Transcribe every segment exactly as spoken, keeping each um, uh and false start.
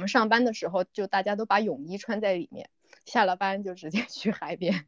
们上班的时候就大家都把泳衣穿在里面，下了班就直接去海边。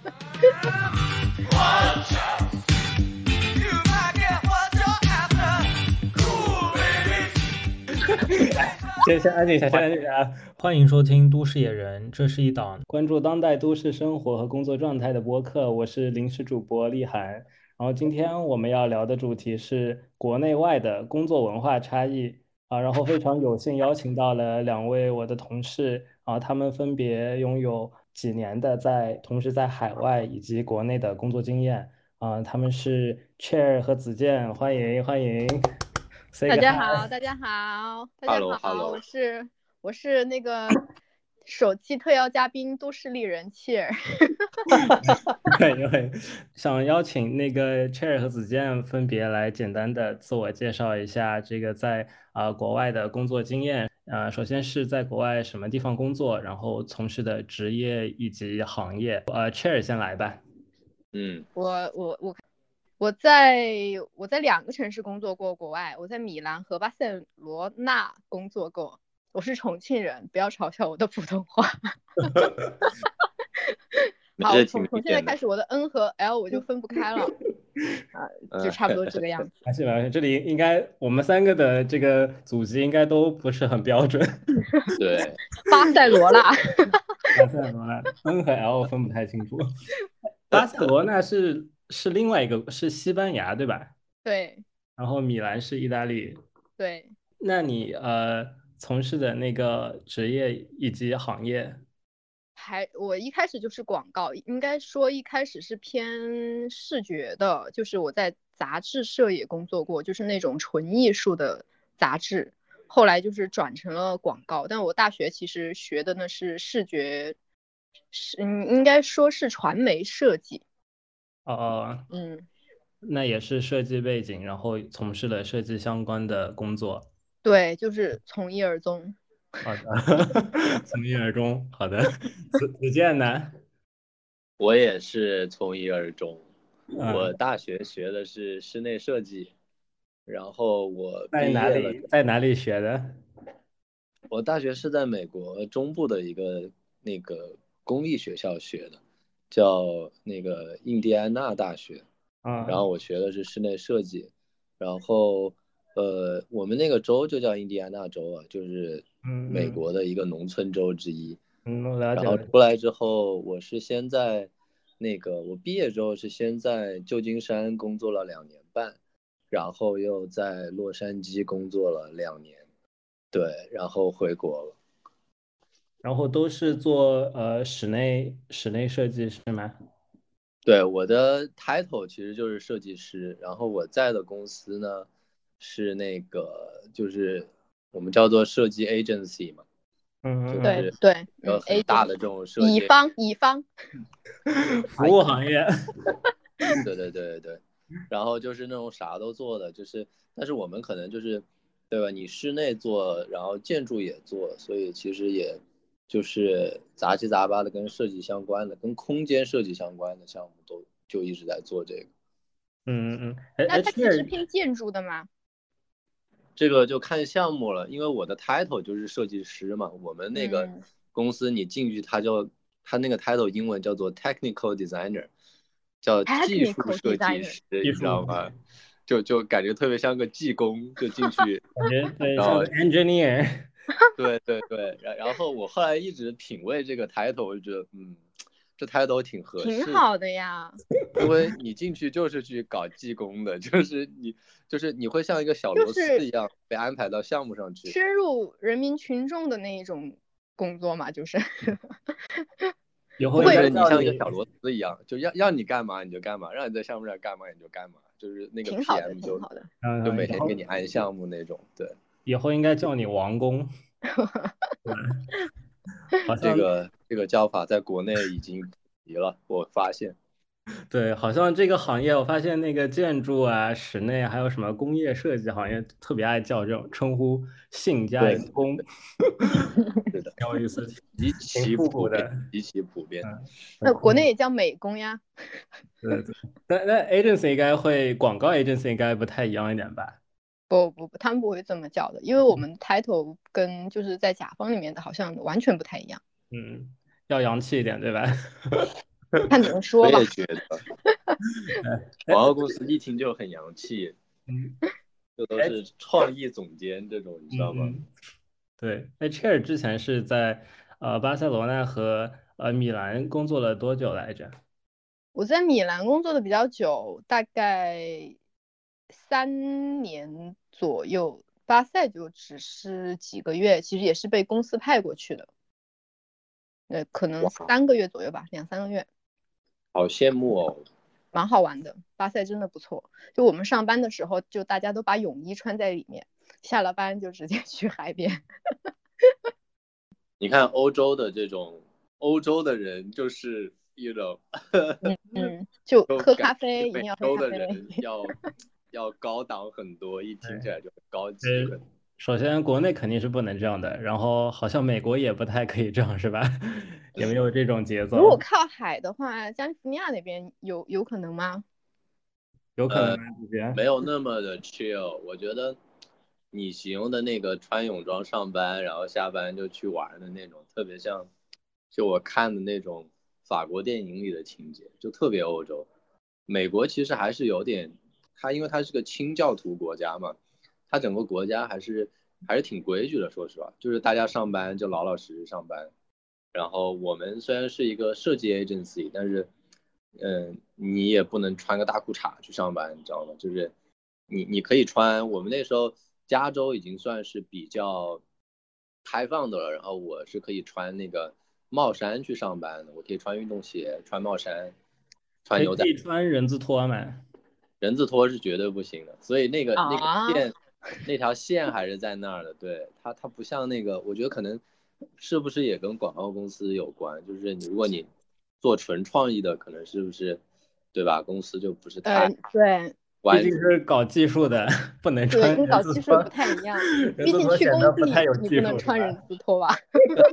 先先安静一下，先安静一下啊！欢迎收听《都市野人》，这是一档关注当代都市生活和工作状态的播客，我是临时主播立涵。然后今天我们要聊的主题是国内外的工作文化差异啊，然后非常有幸邀请到了两位我的同事啊，他们分别拥有几年的在同时在海外以及国内的工作经验啊，他们是 Chair 和子健，欢迎欢迎。 大家好，大家好，大家好， Hello, 我是我是那个首期特邀嘉宾都市丽人切尔。 对，对，想邀请那个 Chair 和子健分别来简单的自我介绍一下这个在啊、呃、国外的工作经验。呃，首先是在国外什么地方工作，然后从事的职业以及行业。呃，Chair 先来吧。 嗯， 我我我我在我在两个城市工作过，国外我在米兰和巴塞罗那工作过。我是重庆人，不要嘲笑我的普通话。好，从从现在开始，我的 N 和 L 我就分不开了，啊，就差不多这个样子。 没事没事，这里应该我们三个的这个祖籍应该都不是很标准。 对， 巴塞罗那， 巴塞罗那 N 和 L 分不太清楚。巴塞罗那是是另外一个，是西班牙对吧？ 对。 然后米兰是意大利。 对。 那你呃从事的那个职业以及行业？ 还我一开始就是广告，应该说一开始是偏视觉的，就是我在杂志社也工作过，就是那种纯艺术的杂志，后来就是转成了广告。但我大学其实学的呢是视觉，是嗯，应该说是传媒设计。 哦， 嗯， 那也是设计背景，然后从事了设计相关的工作。 对，就是从一而终。 好的，从一而终。好的，子子健呢？ 我也是从一而终。 嗯、 我大学学的是室内设计，然后我在哪毕业了。 里在哪里学的？ 我大学是在美国中部的一个那个公立学校学的，叫那个印第安纳大学。 嗯， 然后我学的是室内设计，然后呃，我们那个州就叫印第安纳州啊，就是美国的一个农村州之一。 嗯，了解。 然后出来之后，我是先在那个我毕业之后是先在旧金山工作了两年半，然后又在洛杉矶工作了两年，对，然后回国了。 然后都是做呃室内室内设计是吗？ 对，我的 title 其实就是设计师，然后我在的公司呢是那个就是我们叫做设计 agency 嘛。 嗯， 对对， 有很大的这种设计， 乙方乙方服务行业。 对对对对，然后就是那种啥都做的，就是但是我们可能就是对吧？你室内做，然后建筑也做，所以其实也就是杂七杂八的跟设计相关的，跟空间设计相关的项目都就一直在做这个。 嗯嗯， 那它其实偏建筑的吗？ 这个就看项目了，因为我的 title 就是设计师嘛。我们那个公司你进去，它叫它那个 title 英文叫做 technical designer， 叫技术设计师，你知道吗？就就感觉特别像个技工，就进去感觉对，像个 engineer。 对对对，然然后我后来一直品味这个 title，我就觉得嗯，这 title 挺合适， 挺好的呀。 因为你进去就是去搞技工的，就是你就是你会像一个小螺丝一样被安排到项目上去， 深入人民群众的那一种工作嘛，就是。 以后不会你像一个小螺丝一样，就让让你干嘛你就干嘛，让你在项目上干嘛你就干嘛，就是那个 P M 就就每天给你安项目那种。对， 以后应该叫你王工。好像这个这个叫法在国内已经普及了，我发现。 对，好像这个行业，我发现那个建筑啊、室内还有什么工业设计行业，特别爱叫这种称呼，姓加一个工。 是的， 挺有意思， 极其复古的， 极其普遍。 那国内也叫美工呀。 对对，但那 agency 应该会，广告 agency 应该不太一样一点吧？ 不不不，他们不会这么叫的，因为我们 title 跟就是在甲方里面的好像完全不太一样。 嗯，要洋气一点，对吧？ 看怎么我说吧。 也觉得哎， 广告公司一听就很洋气， 嗯， 这都哎， 是创意总监这种，你知道吗？ 嗯嗯，对，哎，Chair 之前是在呃巴塞罗那和呃米兰工作了多久来着？ 我在米兰工作的比较久，大概三年左右，巴塞就只是几个月，其实也是被公司派过去的，呃，可能三个月左右吧，两三个月。 好羡慕哦。 蛮好玩的。巴塞真的不错，就我们上班的时候，就大家都把泳衣穿在里面，下了班就直接去海边。 你看欧洲的这种，欧洲的人就是，you know， 嗯嗯，就都感喝咖啡，一定觉美要喝咖啡。 洲的人要要高档很多，一听起来就很高级呃， 很。 首先国内肯定是不能这样的，然后好像美国也不太可以这样，是吧？也没有这种节奏， 如果靠海的话，加利福尼亚那边有有可能吗？ 有可能呃， 吗？这边？ 没有那么的 chill。我觉得你形容的那个穿泳装上班，然后下班就去玩的那种，特别像就我看的那种法国电影里的情节，就特别欧洲。美国其实还是有点，它因为它是个清教徒国家嘛，它整个国家还是还是挺规矩的。说实话，就是大家上班就老老实实上班。然后我们虽然是一个设计 agency，但是，嗯，你也不能穿个大裤衩去上班，你知道吗？就是你你可以穿，我们那时候加州已经算是比较开放的了，然后我是可以穿那个帽衫去上班的，我可以穿运动鞋，穿帽衫，穿牛仔， 可以可以穿人字拖吗？ 人字拖是绝对不行的，所以那个那个啊， 线，那条线还是在那儿的。对，它它不像那个，我觉得可能是不是也跟广告公司有关，就是你如果你做纯创意的，可能是不是对吧？公司就不是太嗯，对毕竟关注。 是搞技术的，不能对， 穿跟人字拖， 搞技术不太一样， 人字毕竟去拖显得工地不太有你不能技术，是吧？ 穿人字拖吧？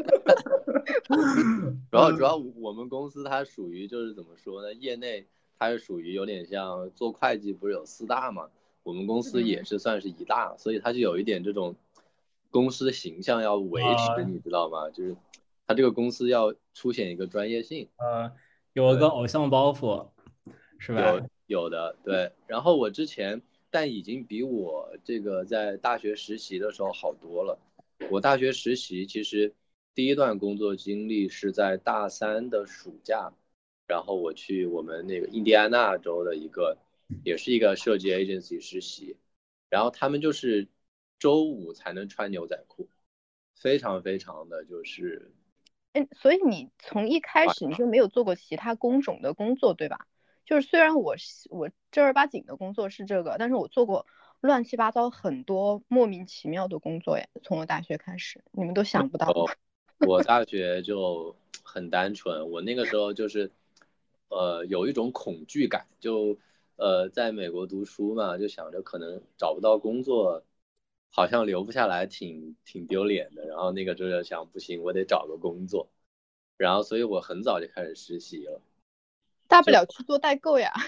主要主要我们公司它属于就是怎么说呢？业内它是属于有点像做会计，不是有四大嘛？我们公司也嗯， 是算是一大，所以它就有一点这种公司的形象要维持， 呃你知道吗？就是它这个公司要凸显一个专业性。 呃，有个对， 偶像包袱，是吧？ 有有的，对。然后我之前，但已经比我这个在大学实习的时候好多了。我大学实习其实第一段工作经历是在大三的暑假，然后我去我们那个印第安纳州的一个，也是一个设计 agency 实习，然后他们就是周五才能穿牛仔裤，非常非常的就是哎，所以你从一开始你就没有做过其他工种的工作，对吧？就是虽然我是我正儿八经的工作是这个，但是我做过乱七八糟很多莫名其妙的工作呀，从我大学开始，你们都想不到。 我大学就很单纯，我那个时候就是，呃，有一种恐惧感，就呃，在美国读书嘛，就想着可能找不到工作，好像留不下来挺挺丢脸的。然后那个时候就想，不行，我得找个工作。然后所以我很早就开始实习了。 大不了去做代购呀。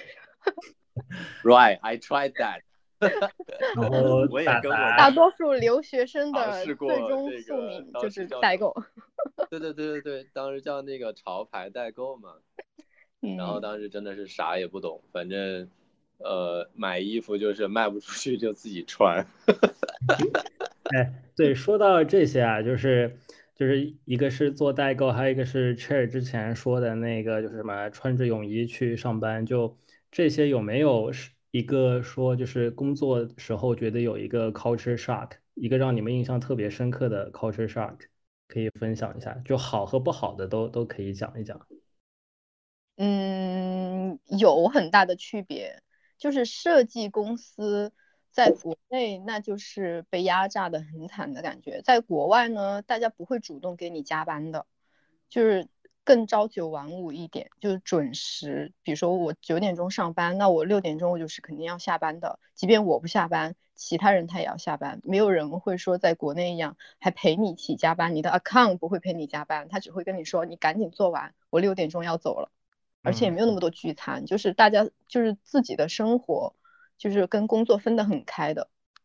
Right, I tried that。 然后我也打跟我大杂， 的多数留学生尝的最试过终宿这个， 命就是当时叫什么？ 代购。 对对对对对，当时叫那个潮牌代购嘛。然后嗯， 当时真的是啥也不懂，反正呃买衣服就是卖不出去就自己穿。 哎，对，说到这些啊，就是就是一个是做代购，还有一个是 Cher 之前说的那个，就是什么穿着泳衣去上班，就这些有没有是一个说就是工作时候觉得有一个 culture shock，一个让你们印象特别深刻的 culture shock，可以分享一下，就好和不好的都都可以讲一讲。 嗯，有很大的区别，就是设计公司在国内那就是被压榨的很惨的感觉，在国外呢，大家不会主动给你加班的，就是更朝九晚五一点，就是准时。比如说我九点钟上班，那我六点钟我就是肯定要下班的，即便我不下班，其他人他也要下班，没有人会说在国内一样还陪你一起加班，你的 account 不会陪你加班，他只会跟你说你赶紧做完，我六点钟要走了。而且也嗯。 没有那么多聚餐，就是大家就是自己的生活，就是跟工作分得很开的。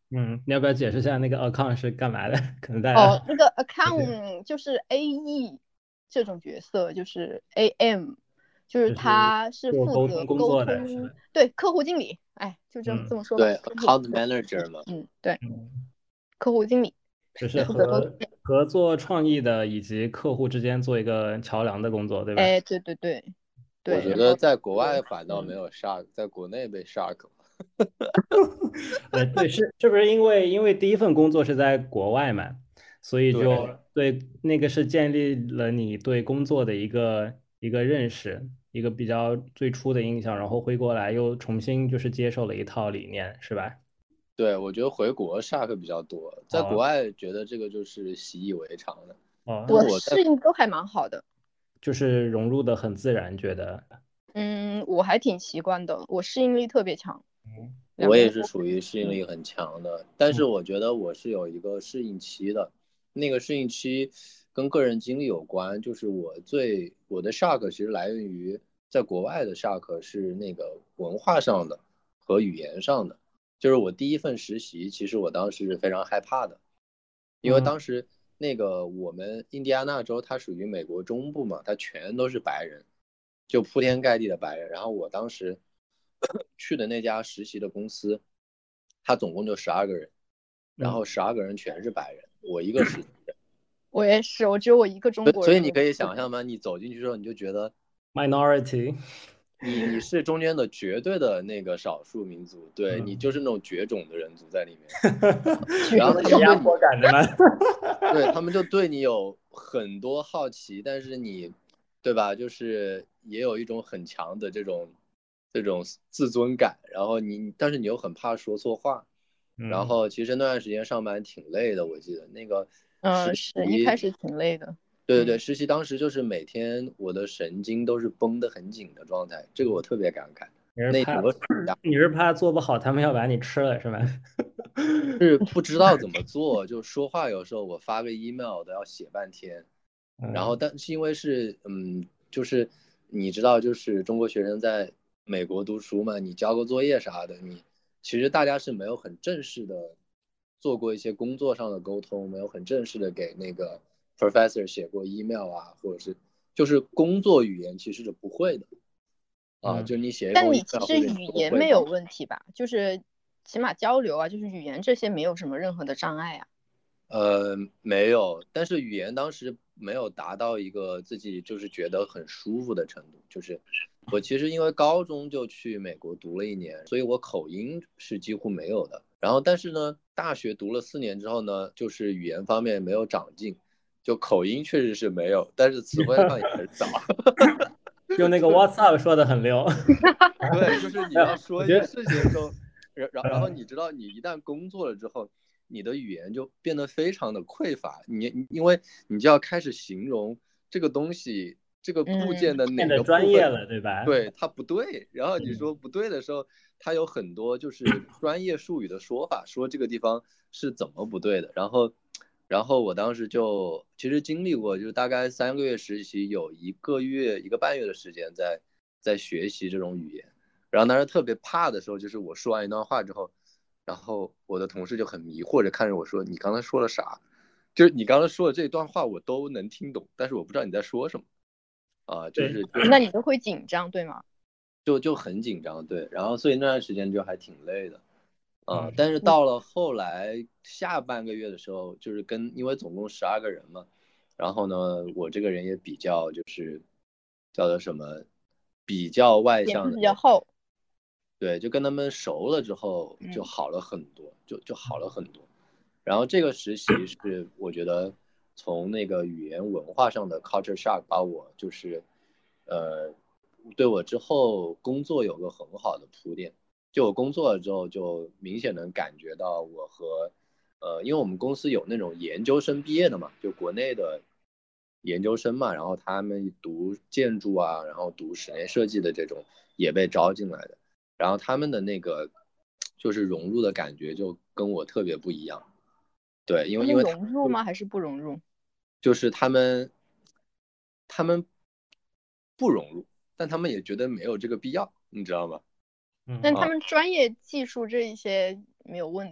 嗯，你要不要解释一下那个 account 是干嘛的？可能大家哦，那个 account 就是 A E 这种角色，就是 A M，就是就是他是做沟通工负责沟作的，是通， 的。 对，客户经理，哎，就这么这嗯么说吧， 对客户 ，account manager 嘛。 嗯，对， 嗯， 客户经理就是负责沟和通。 合作创意的以及客户之间做一个桥梁的工作，对吧？ 哎，对对对对， 我觉然后得在国外反倒没嗯， 有 shark，在国内被 shark 了。 呃，对，是是不是因为因为第一份工作是在国外嘛，所以就对对那个是建立了你对工作的一个一个认识，一个比较最初的印象，然后回过来又重新就是接受了一套理念，是吧？ 对，我觉得回国 shark 比较多，在国哦外觉得这个就是习以为常的。但是哦， 我我在适应都还蛮好的， 就是融入的很自然，觉得。 嗯，我还挺习惯的，我适应力特别强， 嗯我也两边都是属于适应嗯力很强的，但嗯是我觉得我是有一个适应期的，那个适应期跟个人经历有关，就是我最我的 shock 其实来源于在国外的 shock 是那个文化上的和语言上的，就是我第一份实习，其实我当时是非常害怕的，因为嗯当时那个我们印第安纳州它属于美国中部嘛，它全都是白人，就铺天盖地的白人。然后我当时去的那家实习的公司，它总共就十二个人，然嗯后十二个人全是白人，我一个实习生。 我也是，我只有我一个中国人， 所以你可以我就想象吗？你走进去之后，你就觉得 ，minority， 你你是中间的绝对的那个少数民族，对你就嗯， 是那种绝种的人族在里面。然后他绝种。 有压们对你迫感的吗？ 对他们就对你有很多好奇，但是你，对吧？就是也有一种很强的这种这种自尊感，然后你，但是你又很怕说错话，然嗯后其实那段时间上班挺累的，我记得那个实嗯，是一开习， 始挺累的， 对对对， 嗯， 实习当时就是每天我的神经都是绷得很紧的状态，这个我特别感慨。 你是怕那整个你是怕做不好，他们要把你吃了是吧？ 是不知道怎么做，就说话有时候我发个 email 都要写半天，然后嗯但是因为是嗯，就是你知道，就是中国学生在美国读书嘛，你交个作业啥的，你其实大家是没有很正式的做过一些工作上的沟通，没有很正式的给那个 professor 写过 email 啊，或者是就是工作语言其实是不会的啊， 嗯就你写一封但你其 email 或者你实语做个汇报。 言没有问题吧？就是起码交流啊，就是语言这些没有什么任何的障碍啊。 呃，没有，但是语言当时没有达到一个自己就是觉得很舒服的程度。就是我其实因为高中就去美国读了一年，所以我口音是几乎没有的。然后但是呢，大学读了四年之后呢，就是语言方面没有长进，就口音确实是没有，但是词汇量也很少。 用那个 WhatsApp 说的很溜。 对，就是你没有， 要说一个我觉得， 事情的时候，然然然后嗯你知道，你一旦工作了之后，你的语言就变得非常的匮乏，你你因为你就要开始形容这个东西，这个部件嗯， 的哪变得个部分， 专业了，对吧？ 对，它不对，然后你嗯说不对的时候，它有很多就是专业术语的说法，说这个地方是怎么不对的，然后。然后我当时就其实经历过，就是大概三个月实习，有一个月一个半月的时间在在学习这种语言。然后当时特别怕的时候，就是我说完一段话之后，然后我的同事就很迷惑着看着我说：“你刚才说了啥？”就是你刚才说的这一段话我都能听懂，但是我不知道你在说什么啊，就对， 是就那你都会紧张，对吗？ 就就很紧张，对。然后所以那段时间就还挺累的。啊， 嗯但是嗯， 到了后来下半个月的时候，就是跟因为总共十二个人嘛，然后呢，我这个人也比较就是叫做什么，比较外脸皮向的那种， 比较厚， 对，就跟他们熟了之后就嗯， 好了很多，就就好了很多。然后这个实习是我觉得从那个语言文化上的 culture shock 把我就是呃对我之后工作有个很好的铺垫。就我工作了之后，就明显能感觉到我和呃，因为我们公司有那种研究生毕业的嘛，就国内的研究生嘛，然后他们读建筑啊，然后读室内设计的这种也被招进来的。然后他们的那个就是融入的感觉就跟我特别不一样，对，因他们为因为他融入吗？还是不融入？ 就是他们他们不融入，但他们也觉得没有这个必要，你知道吗？ 嗯但他啊， 们专业技术这一些没有问题。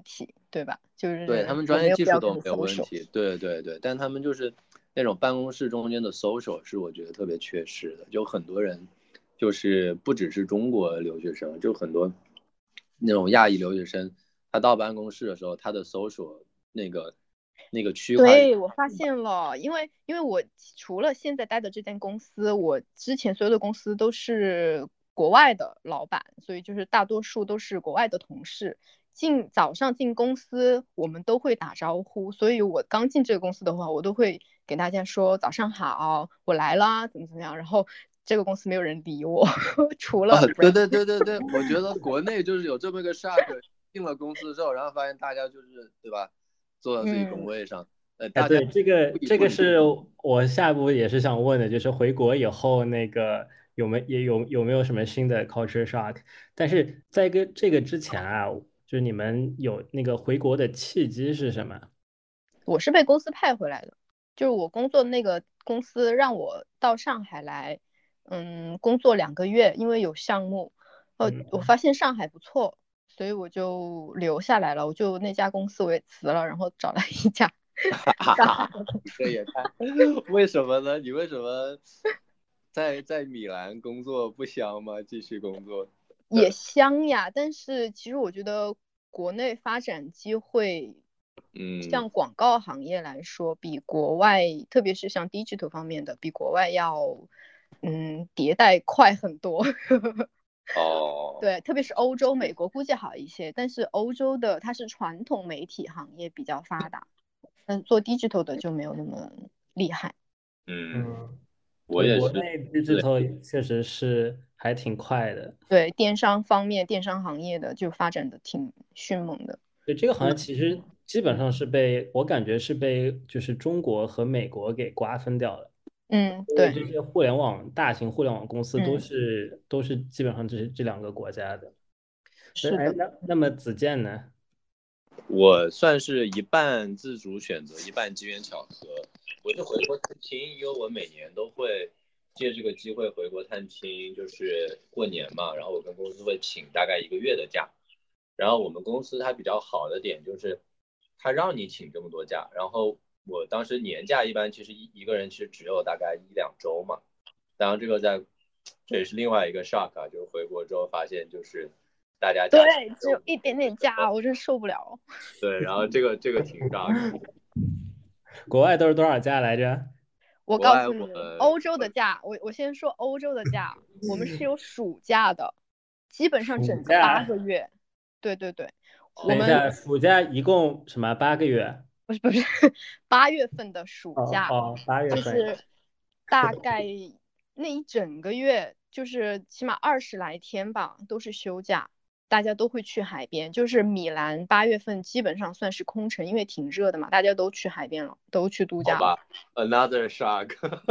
对吧？就是对他们我没有专业技必要跟你术都没有问 social。 题，对对对，但他们就是那种办公室中间的 social 是我觉得特别缺失的，就很多人就是不只是中国留学生，就很多那种亚裔留学生，他到办公室的时候，他的 social 那个那个区块， 对，我发现了，因为因为我除了现在待的这间公司，我之前所有的公司都是国外的老板，所以就是大多数都是国外的同事。进早上进公司，我们都会打招呼，所以我刚进这个公司的话，我都会给大家说早上好，我来啦，怎么怎么样。然后这个公司没有人理我，除啊， 了对 Brand。 对对对对，我觉得国内就是有这么个 shark，进了公司之后，然后发现大家就是对吧，坐到自己工嗯， 位上，呃， 哎， 大家对，这个不以不礼。 这个是我下一步也是想问的，就是回国以后那个有没也有有没有什么新的 culture shock？但是在个这个之前啊，就是你们有那个回国的契机是什么？ 我是被公司派回来的，就是我工作的那个公司让我到上海来，嗯，工作两个月，因为有项目，呃， 嗯， 我发现上海不错，所以我就留下来了。我就那家公司我也辞了，然后找了一家哈哈上海哈， 的公司。 这也太，为什么呢？你为什么在在米兰工作不香吗？继续工作？ 也香呀，但是其实我觉得国内发展机会， 嗯， 像广告行业来说，比国外，特别是像 digital 方面的，比国外要，嗯，迭代快很多。 哦， 对，特别是欧洲、美国估计好一些，但是欧洲的它是传统媒体行业比较发达，嗯，做 digital 的就没有那么厉害。 嗯， 嗯，对， 我也是， 国内对， digital 确实是还挺快的。 对，电商方面，电商行业的就发展的挺迅猛的。 对，这个好像其实基本上是被我感觉是被就是中国和美国给瓜分掉了。 嗯， 因为对， 这些互联网大型互联网公司都嗯， 是都是基本上这是这两个国家的。对，哎， 是的。 那那么子健呢？ 我算是一半自主选择，一半机缘巧合。我是回国探亲，因为我每年都会借这个机会回国探亲，就是过年嘛，然后我跟公司会请大概一个月的假。然后我们公司它比较好的点就是，它让你请这么多假。然后我当时年假一般其实一一个人其实只有大概一两周嘛。当然这个在，这也是另外一个 shock 啊，就是回国之后发现就是大家对， 假期只有只有一点点假，我真受不了。 对，然后这个这个挺 shock。 国外都是多少假来着？ 我国外告诉你， 我欧洲的假，我我先说欧洲的假，我们是有暑假的，基本上暑整个八假？ 个月。对对对，我们哦等一下，暑假一共什么八个月？ 不是不是八月份的暑假， 哦哦，八月份。 就是大概那一整个月，就是起码二十来天吧，都是休假，大家都会去海边。就是米兰八月份基本上算是空城，因为挺热的嘛，大家都去海边了，都去度假了。 好吧，another shock，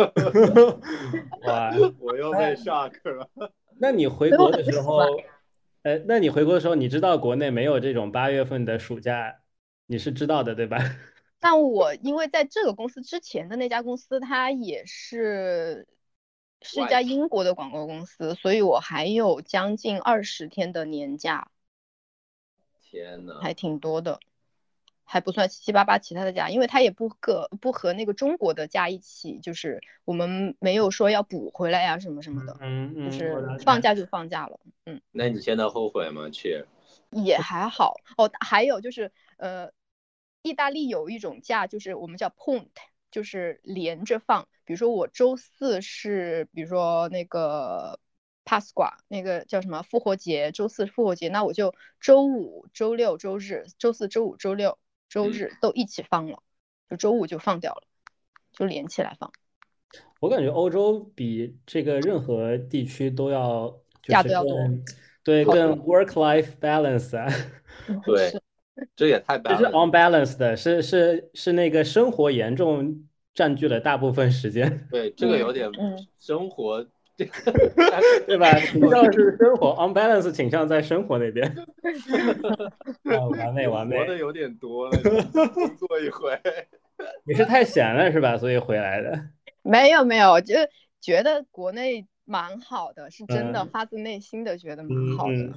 哇， 我又被那 shock 了。 那你回所以我国的很不习惯。 时候，呃，那你回国的时候，你知道国内没有这种八月份的暑假，你是知道的，对吧？ 但我因为在这个公司之前的那家公司，它也是是一外家英国的广告公司，所以我还有将近二十天的年假， 天呐， 还挺多的，还不算七七八八其他的假，因为它也不和不和那个中国的假一起，就是我们没有说要补回来呀什么什么嗯的，就嗯嗯，我是了解。 放假就放假了。嗯。 那你现在后悔吗？去， 也还好哦。还有就是呃，意大利有一种假，就是我们叫 Punt，就是连着放。比如说我周四是，比如说那个 Pasqua，那个叫什么复活节，周四复活节，那我就周五、周六、周日，周四周五、周六、周嗯， 日都一起放了，就周五就放掉了，就连起来放， 我感觉欧洲比这个任何地区都要就是假都要多更对更好多。 work-life balance 啊， 嗯， 对， 是。 这也太这是 balance。 on balance 的，是是是那个生活严重占据了大部分时间， 对，这个嗯有点嗯。 生活，这个对吧？倾向是生活，on balance 倾向在生活那边。啊，完美你完美， 活的有点多了，你工作一回。 你是太闲了是吧？所以回来的。 没有没有，就觉得国内蛮好的，是真的嗯发自内心的觉得蛮嗯好的。 嗯，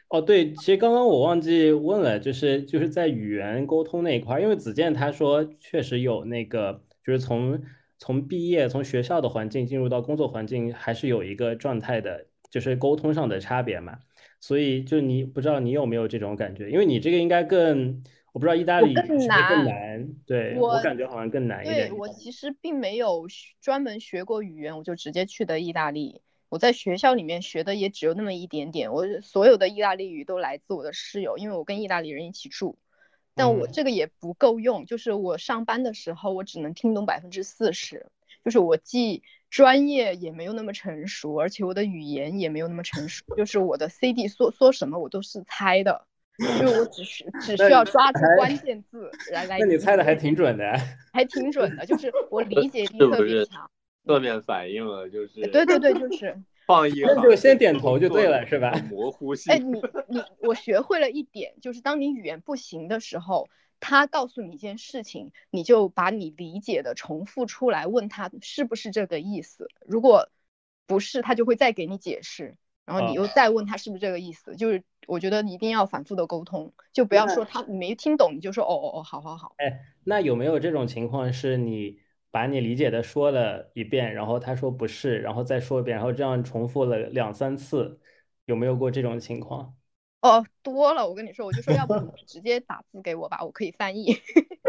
哦，对，其实刚刚我忘记问了，就是就是在语言沟通那一块儿，因为子健他说确实有那个，就是从从毕业从学校的环境进入到工作环境，还是有一个状态的，就是沟通上的差别嘛。所以就你不知道你有没有这种感觉，因为你这个应该更，我不知道意大我利语是不是更更难， 难，对，我我感觉好像更难一点。 对我其实并没有学专门学过语言，我就直接去的意大利。我在学校里面学的也只有那么一点点，我所有的意大利语都来自我的室友，因为我跟意大利人一起住。但我嗯， 这个也不够用，就是我上班的时候，我只能听懂百分之四十，就是我既专业也没有那么成熟，而且我的语言也没有那么成熟，就是我的 C D 说说什么我都是猜的，就是我只需只那需要抓住关还键字来来那你猜的还理解， 挺准的。 还挺准的，就是我理解力特是不是别强。 侧面反映了就哎， 是对对对，就是， 创意那就行业先点头就对工作的了，是吧？ 这个模糊哎， 性？ 你你我学会了一点，就是当你语言不行的时候，他告诉你一件事情，你就把你理解的重复出来，问他是不是这个意思。如果不是，他就会再给你解释，然后你又哦， 再问他是不是这个意思。就是我觉得一定要反复的沟通，就不要说那他你没听懂，你就说哦哦哦，好好好。 哎，那有没有这种情况，是你把你理解的说了一遍，然后他说不是，然后再说一遍，然后这样重复了两三次，有没有过这种情况？ 哦，多了，我跟你说，我就说要不你直接打字给我吧，我可以翻译。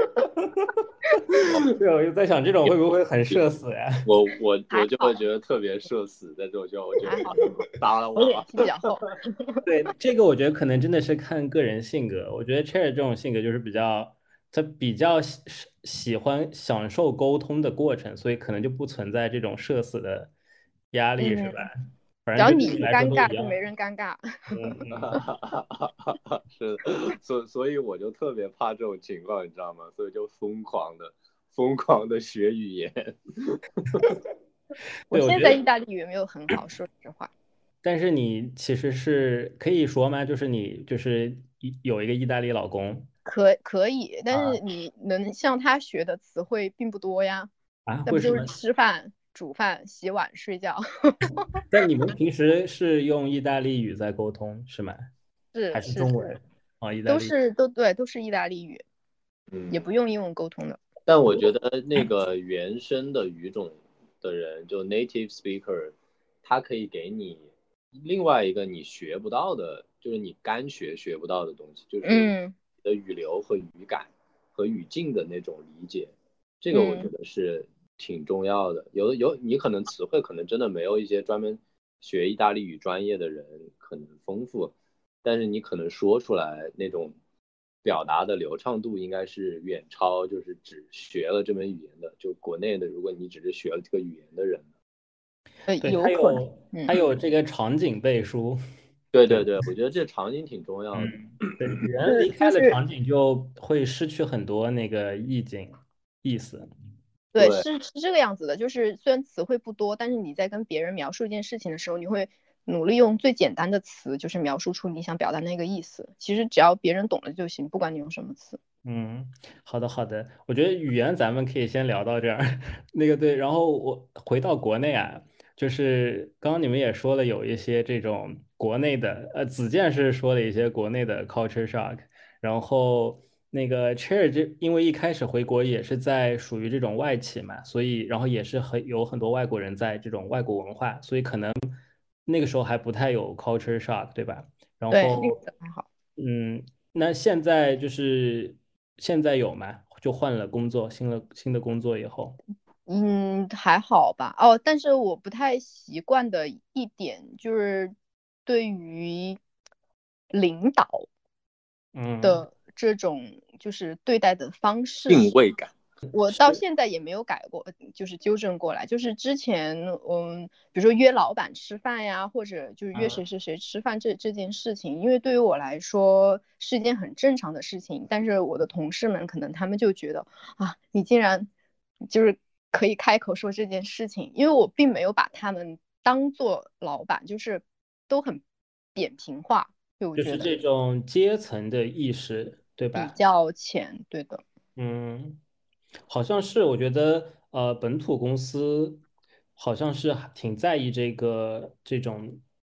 对，我就在想，这种会不会很社死呀？ 我我我就会还好觉得特别社死，在这种情况，我觉得还好还好， 杀了我脸我吧。 皮比较厚。 对，这个我觉得可能真的是看个人性格。我觉得 Cher 这种性格就是比较，他比较喜喜欢享受沟通的过程，所以可能就不存在这种社死的压力，是吧？ 嗯， 反正就对只要你你来说都一不尴尬，就没样。 人尴尬。 嗯嗯。 是的，所所以我就特别怕这种情况，你知道吗？所以就疯狂的疯狂的学语言。 我对，我觉得， 现在意大利语没有很好，说实话。 但是你其实是可以说吗？就是你就是一有一个意大利老公可可以，但是啊你能向他学的词汇并不多呀。 啊？ 那不就是为什么？ 吃饭、煮饭、洗碗、睡觉？ 但你们平时是用意大利语在沟通是吗？还是是中文？ 是是， 啊，意大都利。 是都对，都是意大利语，也嗯， 不用英文沟通的。 但我觉得那个原生的语种的人，就 native speaker，他可以给你另外一个你学不到的，就是你干学学不到的东西，就是你嗯的语流和语感和语境的那种理解，这个我觉嗯， 得是挺重要的。有的有你可能词汇可能真的没有一些专门学意大利语专业的人可能丰富，但是你可能说出来那种表达的流畅度应该是远超就是只学了这门语言的，就国内的，如果你只是学了这个语言的人。 呃， 对，它有可能。 有它嗯， 有这个场景背书。对， 对对对，我觉得这场景挺重要的。 嗯，对，人离是就是开了场景就会失去很多那个意境意思。 对， 对， 是是这个样子的，就是虽然词汇不多，但是你在跟别人描述一件事情的时候，你会努力用最简单的词，就是描述出你想表达那个意思。其实只要别人懂了就行，不管你用什么词。 嗯，好的好的，我觉得语言咱们可以先聊到这儿。那个对，然后我回到国内啊，就是刚刚你们也说了有一些这种国内的，呃，子健是说了一些国内的 culture shock，然后那个 Chair 这因为一开始回国也是在属于这种外企嘛，所以然后也是很有很多外国人在这种外国文化，所以可能那个时候还不太有 culture shock，对吧？然对，那后个还好。 嗯。那现在就是现在有吗？就换了工作，新了新的工作以后， 嗯，还好吧。哦，但是我不太习惯的一点就是对于领导嗯， 的这种就是对待的方式。 定位感。 我到现在也没有改过，就是纠正过来。就是之前，嗯，比如说约老板吃饭呀，或者就是约谁嗯， 谁谁吃饭这这件事情，因为对于我来说是一件很正常的事情，但是我的同事们可能他们就觉得啊，你竟然就是可以开口说这件事情，因为我并没有把他们当做老板，就是都很扁平化，就我就是觉得这种阶层的意识，对比吧？ 较浅，对的。 嗯，好像是，我觉得呃，本土公司好像是还挺在意这个这种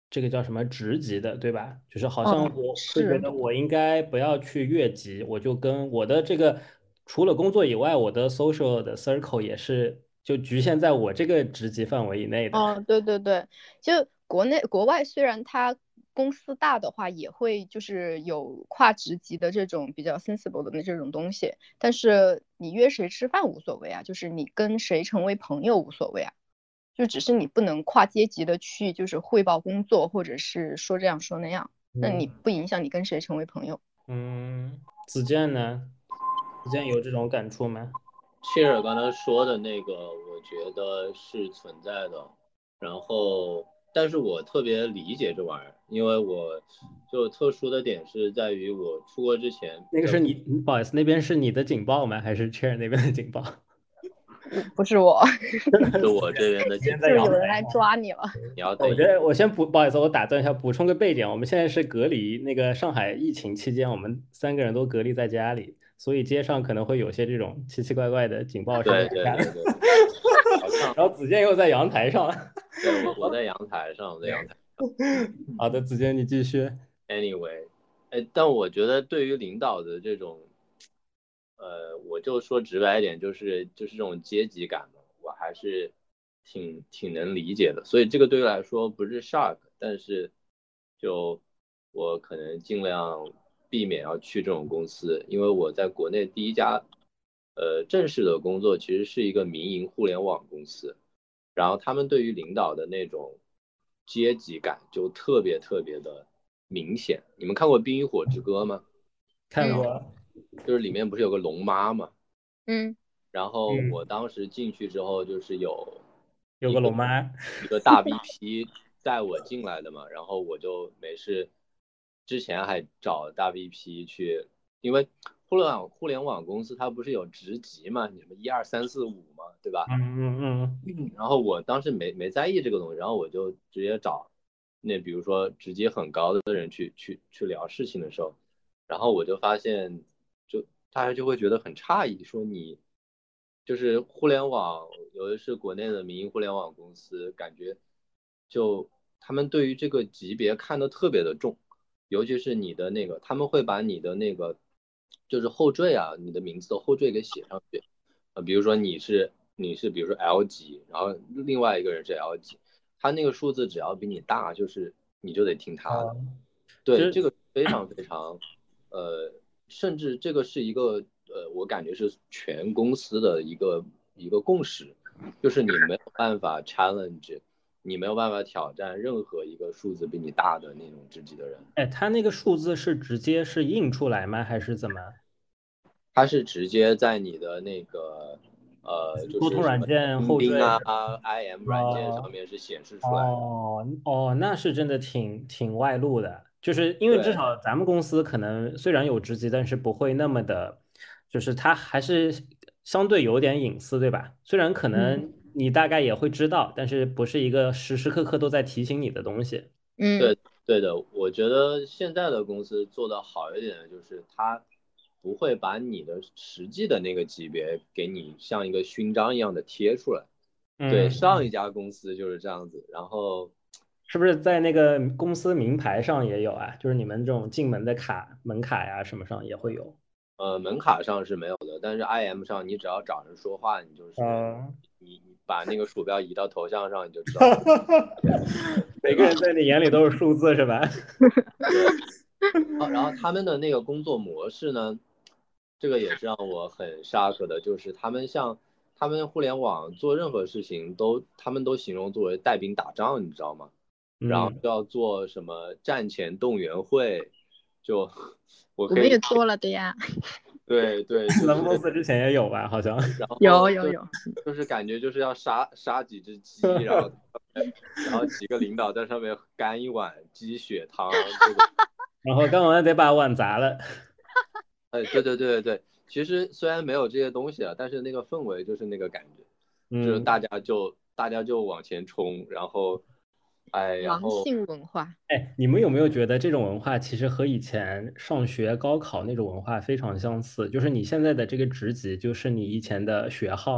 这个叫什么职级的，对吧？就是好像嗯， 我会觉是。 得我应该不要去越级，我就跟我的这个除了工作以外，我的 social 的 circle 也是就局限在我这个职级范围以内的。 哦，对对对，就国内国外虽然它公司大的话，也会就是有跨职级的这种比较 sensible 的那这种东西，但是你约谁吃饭无所谓啊，就是你跟谁成为朋友无所谓啊，就只是你不能跨阶级的去就是汇报工作，或者是说这样说那样，那你嗯不影响你跟谁成为朋友。 嗯，子健呢？子健有这种感触吗？ 切尔刚才说的那个，我觉得是存在的。然后，但是我特别理解这玩意儿，因为我就特殊的点是在于我出国之前在那个是你，不好意思，那边是你的警报吗？还是 Chair 那边的警报？ 我不是我， 是我这边的今天警报， 就是有在阳台。 人来抓你了。 你要等一等。 我觉得我先补，不好意思，我打断一下，补充个背景，我们现在是隔离，那个上海疫情期间，我们三个人都隔离在家里，所以街上可能会有些这种奇奇怪怪的警报声。 对对对对，好像然后子健又在阳台上。 对我我在阳台上，我在阳台上。 好的，子健你继续。 Anyway，哎，但我觉得对于领导的这种，呃，我就说直白一点，就是就是这种阶级感嘛，我还是挺挺能理解的。所以这个对于来说不是 shock，但是就我可能尽量避免要去这种公司，因为我在国内第一家呃正式的工作其实是一个民营互联网公司，然后他们对于领导的那种阶级感就特别特别的明显。你们看过《冰与火之歌》吗？ 嗯看过。 就是里面不是有个龙妈嘛？ 嗯然后嗯， 我当时进去之后，就是有有个龙妈。 一个大 V P 带我进来的嘛，然后我就没事，之前还找大 V P 去，因为互联网互联网公司它不是有职级嘛，你什么一二三四五嘛，对吧？ 嗯嗯嗯，然后我当时没没在意这个东西，然后我就直接找那比如说职级很高的人去去去聊事情的时候，然后我就发现，就大家就会觉得很诧异，说你就是互联网，尤其是国内的民营互联网公司，感觉就他们对于这个级别看得特别的重，尤其是你的那个，他们会把你的那个就是后缀啊，你的名字的后缀给写上去。呃，比如说你是你是比如说 L 级，然后另外一个人是 L 级，他那个数字只要比你大，就是你就得听他的。 嗯，就对， 是这个非常非常，呃，甚至这个是一个呃，我感觉是全公司的一个一个共识，就是你没有办法 challenge，你没有办法挑战任何一个数字比你大的那种职级的人。 哎，他那个数字是直接是印出来吗？还是怎么？ 它是直接在你的那个呃，就沟通软是什么件后缀钉钉啊、 是吧？ I M 软件上哦面是显示出来的。 哦哦，那是真的挺挺外露的，就是因为至对少咱们公司可能虽然有职级，但是不会那么的，就是它还是相对有点隐私，对吧？虽然可嗯能你大概也会知道，但是不是一个时时刻刻都在提醒你的东西。 嗯对对的，我觉得现在的公司做的好一点的就是它不会把你的实际的那个级别给你像一个勋章一样的贴出来。对，上一嗯， 家公司就是这样子，然后是不是在那个公司名牌上也有啊？就是你们这种进门的卡、门卡呀什么上也会有。 呃，门卡上是没有的，但是 I M 上你只要找人说话，你就是嗯， 你你把那个鼠标移到头像上，你就知道是对吧？ 每个人在你眼里都是数字是吧？ 对，啊，然后他们的那个工作模式呢，这个也是让我很 shock 的，就是他们像他们互联网做任何事情都，他们都形容作为带兵打仗，你知道吗？然后嗯。 要做什么战前动员会，就我我们也可以， 做了的呀。 对对，就咱们公是司之前也有吧？好像。 然后就有有有。 就是感觉就是要杀杀几只鸡，然后然后几个领导在上面干一碗鸡血汤，这个。 然后干完得把碗砸了。 哎，对对对对对，其实虽然没有这些东西啊，但是那个氛围就是那个感觉，就是大嗯， 家就大家就往前冲，然后，哎，然狼后性文化。 哎，你们有没有觉得这种文化其实和以前上学高考那种文化非常相似？就是你现在的这个职级，就是你以前的学号，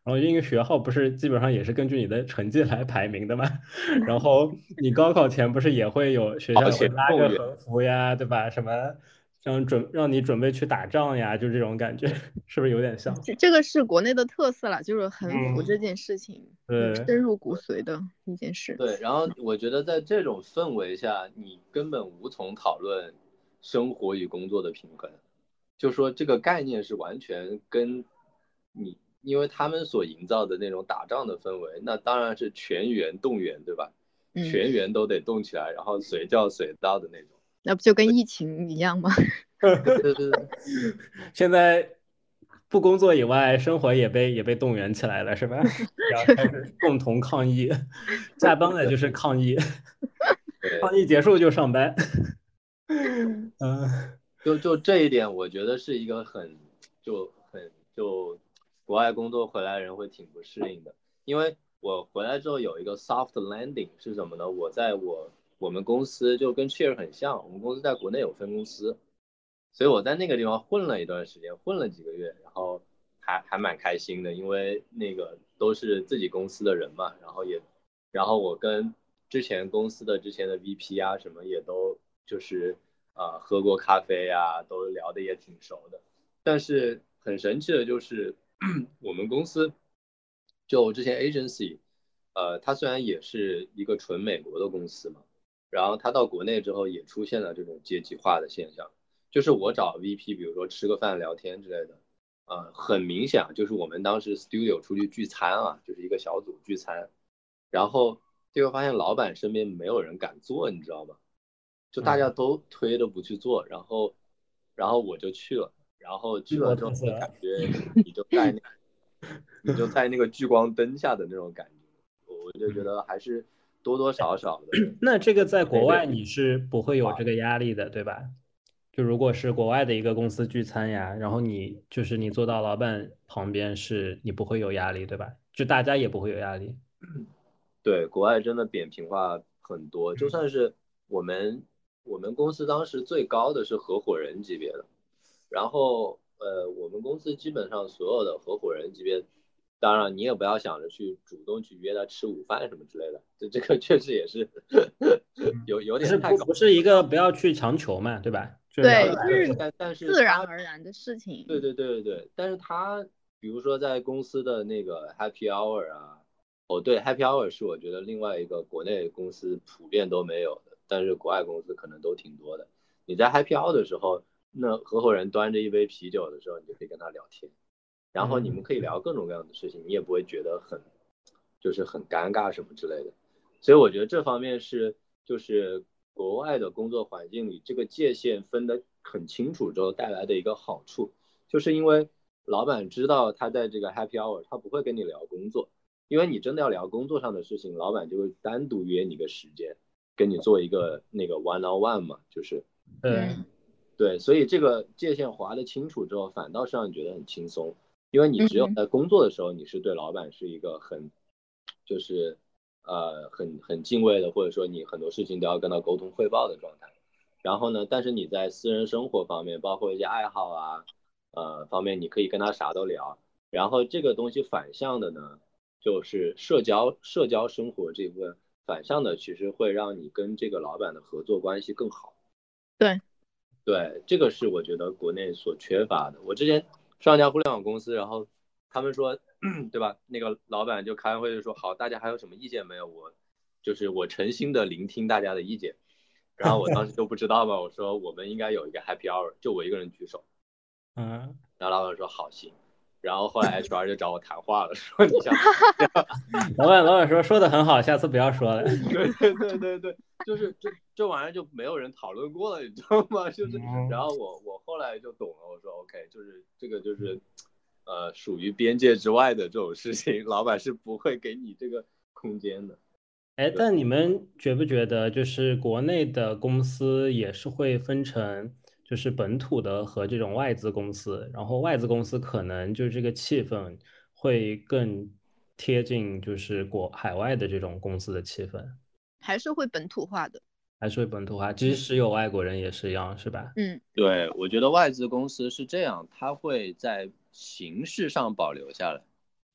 然后因为学号不是基本上也是根据你的成绩来排名的嘛，然后你高考前不是也会有学校保也会拉险动员。 个横幅呀，对吧？什么让准让你准备去打仗呀，就这种感觉，是不是有点像？ 这这个是国内的特色了，就是横幅嗯， 这件事情，嗯， 对， 深入骨髓的一件事。 对，然后我觉得在这种氛围下，你根本无从讨论生活与工作的平衡。就说这个概念是完全跟你，因为他们所营造的那种打仗的氛围，那当然是全员动员，对吧？ 嗯， 全员都得动起来，然后随叫随到的那种。 那不就跟疫情一样吗？ 对对对对现在不工作以外，生活也被也被动员起来了，是吧？要开始共同抗议，下班了就是抗议，抗对， 议结束就上班。嗯就就这一点，我觉得是一个很就很就国外工作回来人会挺不适应的，因为我回来之后有一个 soft landing 是什么呢？我在我我们公司就跟 Cheer 很像，我们公司在国内有分公司，所以我在那个地方混了一段时间，混了几个月，然后还还蛮开心的，因为那个都是自己公司的人嘛，然后也然后我跟之前公司的之前的 V P 啊什么也都就是啊、呃喝过咖啡啊，都聊得也挺熟的。但是很神奇的就是我们公司就之前 agency，呃，它虽然也是一个纯美国的公司嘛，然后它到国内之后也出现了这种阶级化的现象，就是我找 V P，比如说吃个饭聊天之类的。呃，很明显啊，就是我们当时 studio 出去聚餐啊，就是一个小组聚餐，然后结果发现老板身边没有人敢做，你知道吗？就大家嗯， 都推着不去做，然后，然后我就去了，然后中去了之后就国特色。 感觉你就在那，你就在那个聚光灯下的那种感觉，我就觉得还是多多少少的那这个在国那边外你是不会有这个压力的，对吧？就如果是国外的一个公司聚餐呀，然后你就是你坐到老板旁边是，你不会有压力，对吧？就大家也不会有压力。 对，国外真的扁平化很多，就算是我们我们公司当时最高的是合伙人级别的。然后呃，我们公司基本上所有的合伙人级别，当然你也不要想着去主动去约他吃午饭什么之类的，这这个确实也是有有不是点太高。 不不是一个不要去强求嘛，对吧？就是聊对， 得来就对， 就是行。 但但是自然他而然的事情。 对对对对对，但是他比如说在公司的那个 Happy Hour 啊，哦对，Happy Hour 是我觉得另外一个国内公司普遍都没有的，但是国外公司可能都挺多的。你在 Happy Hour 的时候，那合伙人端着一杯啤酒的时候，你就可以跟他聊天，然后你们嗯， 可以聊各种各样的事情，你也不会觉得很就是很尴尬什么之类的。所以我觉得这方面是就是国外的工作环境里这个界限分得很清楚之后带来的一个好处，就是因为老板知道他在这个 happy hour，他不会跟你聊工作，因为你真的要聊工作上的事情，老板就会单独约你个时间，跟你做一个那个 one on one 嘛，就是对， 嗯对，所以这个界限划得清楚之后，反倒是让你觉得很轻松，因为你只有嗯在工作的时候，你是对老板是一个很，就是呃很很敬畏的，或者说你很多事情都要跟他沟通汇报的状态。然后呢，但是你在私人生活方面，包括一些爱好啊，呃方面，你可以跟他啥都聊。然后这个东西反向的呢，就是社交社交生活这部分反向的，其实会让你跟这个老板的合作关系更好。 对， 对，这个是我觉得国内所缺乏的。我之前上一家互联网公司，然后他们说，对吧？那个老板就开会就说，好，大家还有什么意见没有？我就是我诚心的聆听大家的意见。然后我当时就不知道嘛，我说我们应该有一个 happy hour，就我一个人举手。 嗯， 然后老板说好行。然后后来 H R 就找我谈话了，说你想老板老板说说的很好，下次不要说了。 对对对对对，就是这这玩意儿就没有人讨论过了，你知道吗？就是，然嗯， 后我我后来就懂了，我说 OK，就是这个就是，呃，属于边界之外的这种事情，老板是不会给你这个空间的。 哎，但你们觉不觉得，就是国内的公司也是会分成，就是本土的和这种外资公司，然后外资公司可能就这个气氛会更贴近就是国海外的这种公司的气氛， 还是会本土化的。 还是会本土化，即使有外国人也是一样，是吧？ 嗯对，我觉得外资公司是这样，它会在形式上保留下来，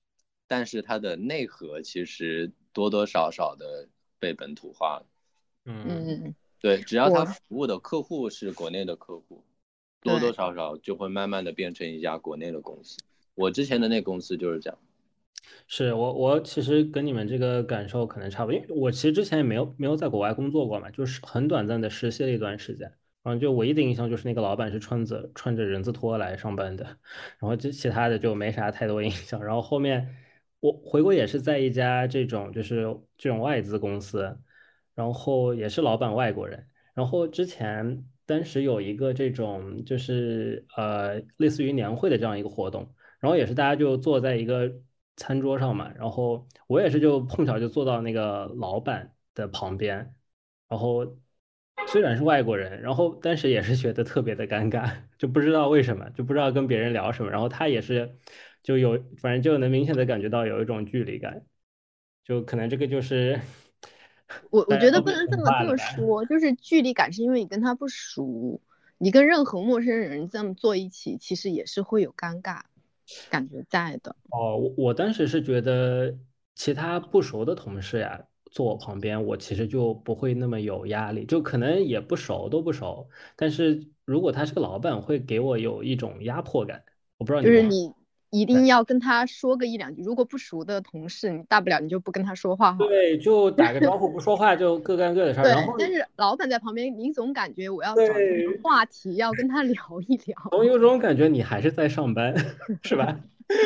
但是它的内核其实多多少少的被本土化了。 嗯， 对，只要他我服务的客户是国内的客户，多多对少少就会慢慢的变成一家国内的公司。我之前的那公司就是这样。 是我我其实跟你们这个感受可能差不多，因为我其实之前也没有没有在国外工作过嘛，就是很短暂的实习了一段时间，然后就唯一的印象就是那个老板是穿着穿着人字拖来上班的，然后这其他的就没啥太多印象。然后后面我回国也是在一家这种就是这种外资公司，然后也是老板外国人，然后之前当时有一个这种就是呃类似于年会的这样一个活动。然后也是大家就坐在一个餐桌上嘛，然后我也是就碰巧就坐到那个老板的旁边，然后虽然是外国人，然后但是也是觉得特别的尴尬，就不知道为什么，就不知道跟别人聊什么，然后他也是就有反正就能明显的感觉到有一种距离感，就可能这个就是我我大家觉得不能这都被同么这么化了吧。 说，就是距离感是因为你跟他不熟，你跟任何陌生人这么坐一起，其实也是会有尴尬感觉在的。 哦，我我当时是觉得其他不熟的同事呀，坐我旁边，我其实就不会那么有压力，就可能也不熟，都不熟。但是如果他是个老板，会给我有一种压迫感。我不知道你们会。 就是你一定要跟他说个一两句，如果不熟的同事，你大不了你就不跟他说话好了。 对，就打个招呼，不说话就各干各的事儿。然后对，但是老板在旁边，你总感觉我要找一个什么对， 话题要跟他聊一聊。 总有种感觉你还是在上班，是吧？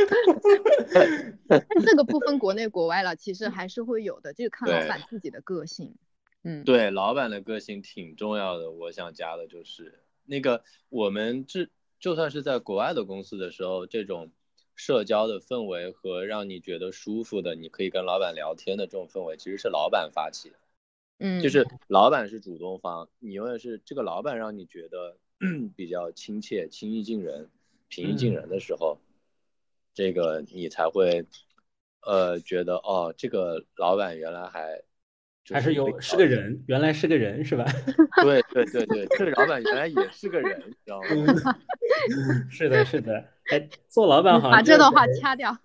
但这个不分国内国外了，其实还是会有的，就看老对板自己的个性。嗯对，老板的个性挺重要的。我想加的就是那个，我们这就算是在国外的公司的时候，这种社交的氛围和让你觉得舒服的，你可以跟老板聊天的这种氛围，其实是老板发起的。就嗯， 是老板是主动方，你永远是这个老板让你觉得比较亲切、亲易近人、平易近嗯。 人的时候，这个你才会呃觉得哦，这个老板原来还就是比还是有是较个人，原来是个人，是吧？ 对对对对，这个老板原来也是个人，你知道吗？ 嗯，是的，是的。哎，做老板你好像真的把这段话掐掉。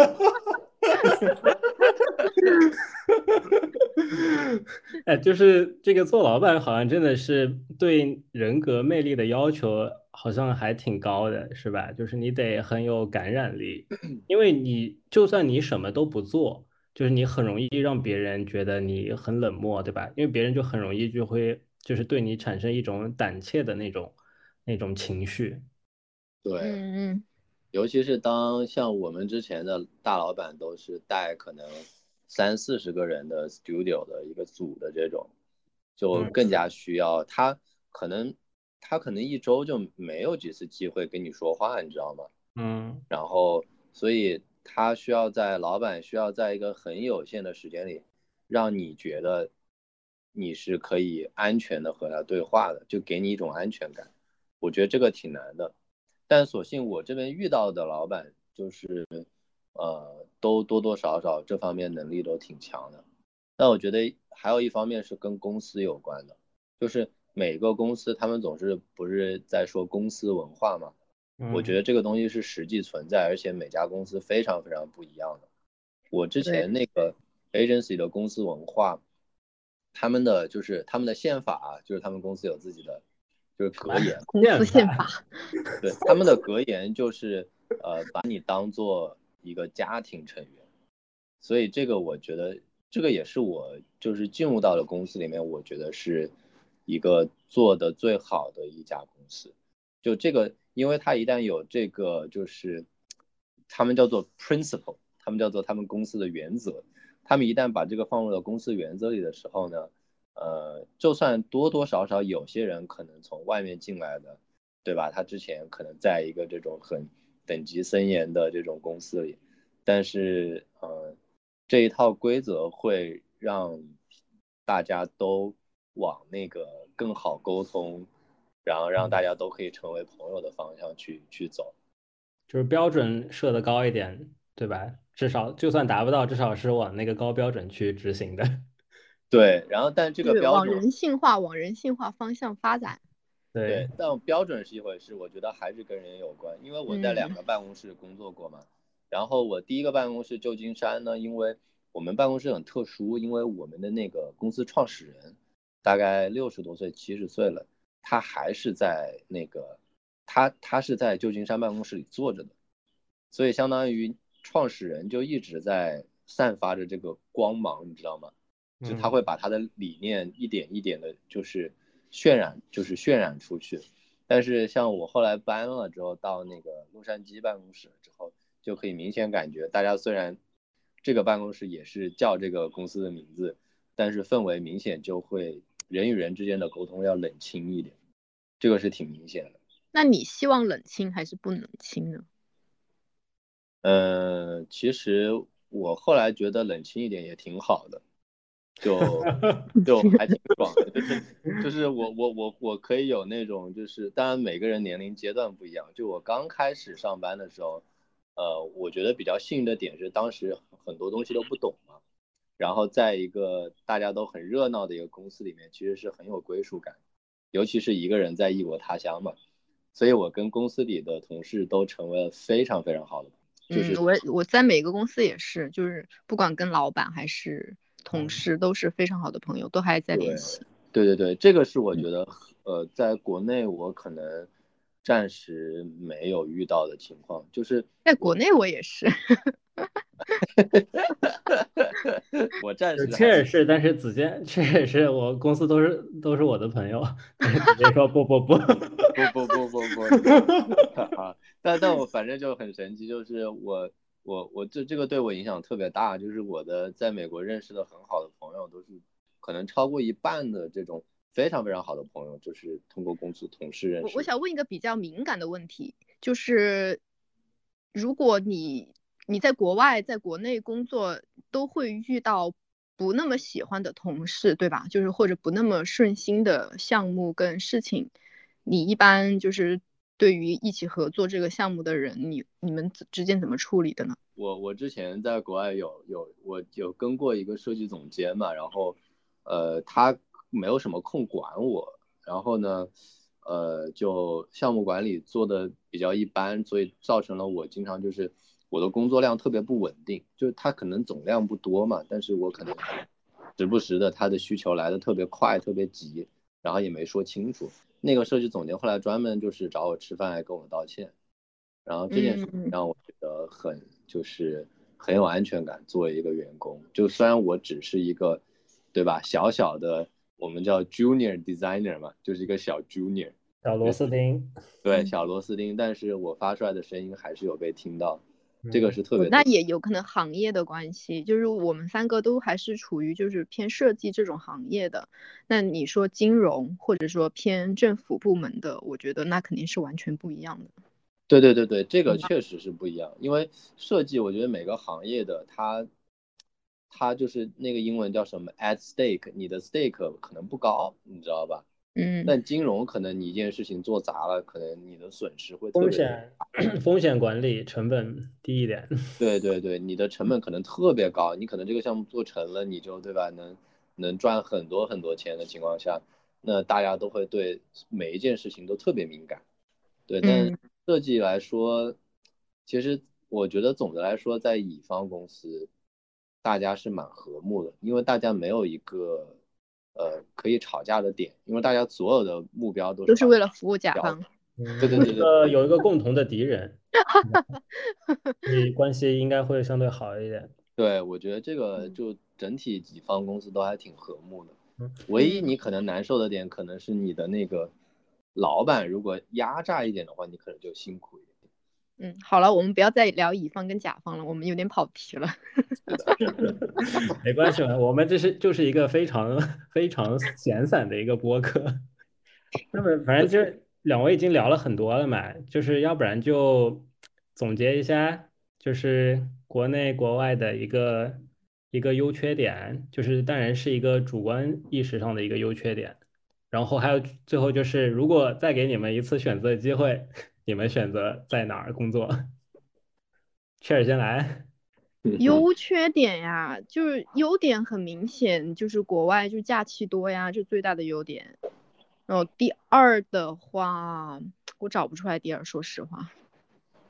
哎，就是这个做老板好像真的是对人格魅力的要求好像还挺高的，是吧？就是你得很有感染力，因为你就算你什么都不做，就是你很容易让别人觉得你很冷漠，对吧？因为别人就很容易就会就是对你产生一种胆怯的那种那种情绪。 对， 嗯嗯， 尤其是当像我们之前的大老板都是带可能三四十个人的 studio 的一个组的这种，就嗯更加需要他可能他可能一周就没有几次机会跟你说话，你知道吗？ 嗯。 然后所以他需要在老板需要在一个很有限的时间里，让你觉得你是可以安全的和他对话的，就给你一种安全感。我觉得这个挺难的。但所幸我这边遇到的老板就是，呃，都多多少少这方面能力都挺强的。但我觉得还有一方面是跟公司有关的，就是每个公司他们总是不是在说公司文化嘛？我觉嗯。 得这个东西是实际存在，而且每家公司非常非常不一样的。我之对， 前那个 agency 的公司文化，他们的就是他们的宪法，就是他们公司有自己的就是什么格言。 公司宪法？ 宪法。 对，他们的格言就是呃把你当做一个家庭成员，所以这个我觉得这个也是我就是进入到了公司里面，我觉得是一个做的最好的一家公司。就这个，因为他一旦有这个就是他们叫做 principle，他们叫做他们公司的原则，他们一旦把这个放入到公司原则里的时候呢，呃，就算多多少少有些人可能从外面进来的。对吧？他之前可能在一个这种很等级森严的这种公司里，但是呃，这一套规则会让大家都往那个更好沟通，然后让大家都可以成为朋友的方向去去走。 就是标准设的高一点，对吧？至少就算达不到，至少是往那个高标准去执行的。 对，然后但这个对， 标准， 往人性化、往人性化方向发展。 对。 对，但标准是一回事，我觉得还是跟人有关，因为我在两嗯个办公室工作过嘛。 然后我第一个办公室旧金山呢，因为我们办公室很特殊，因为我们的那个公司创始人大概六十多岁、七十岁了，他还是在那个他他是在旧金山办公室里坐着的，所以相当于创始人就一直在散发着这个光芒，你知道吗？就他会把他的理念一点一点的，就是渲染，就是渲染出去。但是像我后来搬了之后，到那个洛杉矶办公室之后，就可以明显感觉，大家虽然这个办公室也是叫这个公司的名字，但是氛围明显就会人与人之间的沟通要冷清一点，这个是挺明显的。 那你希望冷清还是不冷清呢？ 嗯，其实我后来觉得冷清一点也挺好的，就就还挺爽的，就是就是我我我我可以有那种，就是当然每个人年龄阶段不一样，就我刚开始上班的时候，呃，我觉得比较幸运的点是当时很多东西都不懂嘛，然后在一个大家都很热闹的一个公司里面，其实是很有归属感，尤其是一个人在异国他乡嘛，所以我跟公司里的同事都成为了非常非常好的朋友。就是、 嗯，我我在每个公司也是，就是不管跟老板还是同事，都是非常好的朋友，都还在联系。 对对对，这个是我觉得，呃，在国内我可能暂时没有遇到的情况，就是在国内我也是。 我暂时确实是，但是子健确实是我公司都是都是我的朋友，但是子健说不不不不不不不不啊，但但我反正就很神奇，就是我我我这这个对我影响特别大，就是我的在美国认识的很好的朋友都是可能超过一半的这种非常非常好的朋友，就是通过公司同事认识。 我我想问一个比较敏感的问题，就是如果你你在国外在国内工作，都会遇到不那么喜欢的同事，对吧？就是或者不那么顺心的项目跟事情，你一般就是对于一起合作这个项目的人，你你们之间怎么处理的呢？ 我我之前在国外有有我有跟过一个设计总监嘛，然后呃他没有什么空管我，然后呢呃就项目管理做的比较一般，所以造成了我经常就是我的工作量特别不稳定，就是他可能总量不多嘛，但是我可能时不时的他的需求来的特别快特别急，然后也没说清楚，那个设计总监后来专门就是找我吃饭来跟我道歉。然后这件事嗯， 让我觉得很就是很有安全感，作为一个员工，就虽然我只是一个，对吧，小小的我们叫 junior designer 嘛，就是一个小 junior 小螺丝钉。 对小螺丝钉，但是我发出来的声音还是有被听到，这个嗯， 是特别特别。 那也有可能行业的关系，就是我们三个都还是处于就是偏设计这种行业的。那你说金融或者说偏政府部门的，我觉得那肯定是完全不一样的。 对对对对，这个确实是不一样，因为设计我觉得每个行业的它它就是那个英文叫什么 at stake，你的 stake 可能不高，你知道吧？ 嗯， 但金融可能你一件事情做砸了，可能你的损失会特别特别。 风险风险管理成本低一点。 对对对，你的成本可能特别高，你可能这个项目做成了，你就对吧，能能赚很多很多钱的情况下，那大家都会对每一件事情都特别敏感。对，但嗯， 设计来说，其实我觉得总的来说，在乙方公司，大家是蛮和睦的，因为大家没有一个呃可以吵架的点，因为大家所有的目标都是都是把为了服务甲标。 方。 对嗯，有一对对对个有一个共同的敌人，所以关系应该会相对好一点。 对，我觉得这个就整体乙方公司都还挺和睦的。 嗯， 唯一你可能难受的点，可能是你的那个老板如果压榨一点的话，你可能就辛苦一点。 嗯，好了，我们不要再聊乙方跟甲方了，我们有点跑题了。 是的，是的。 没关系嘛，我们这是就是一个非常非常闲散的一个播客。那么反正就是两位已经聊了很多了嘛，就是要不然就总结一下，就是国内国外的一个一个优缺点，就是当然是一个主观意识上的一个优缺点，然后还有最后就是如果再给你们一次选择机会，你们选择在哪儿工作？切尔先来。 优缺点呀，就是优点很明显，就是国外就假期多呀，这最大的优点。然后第二的话，我找不出来第二，说实话。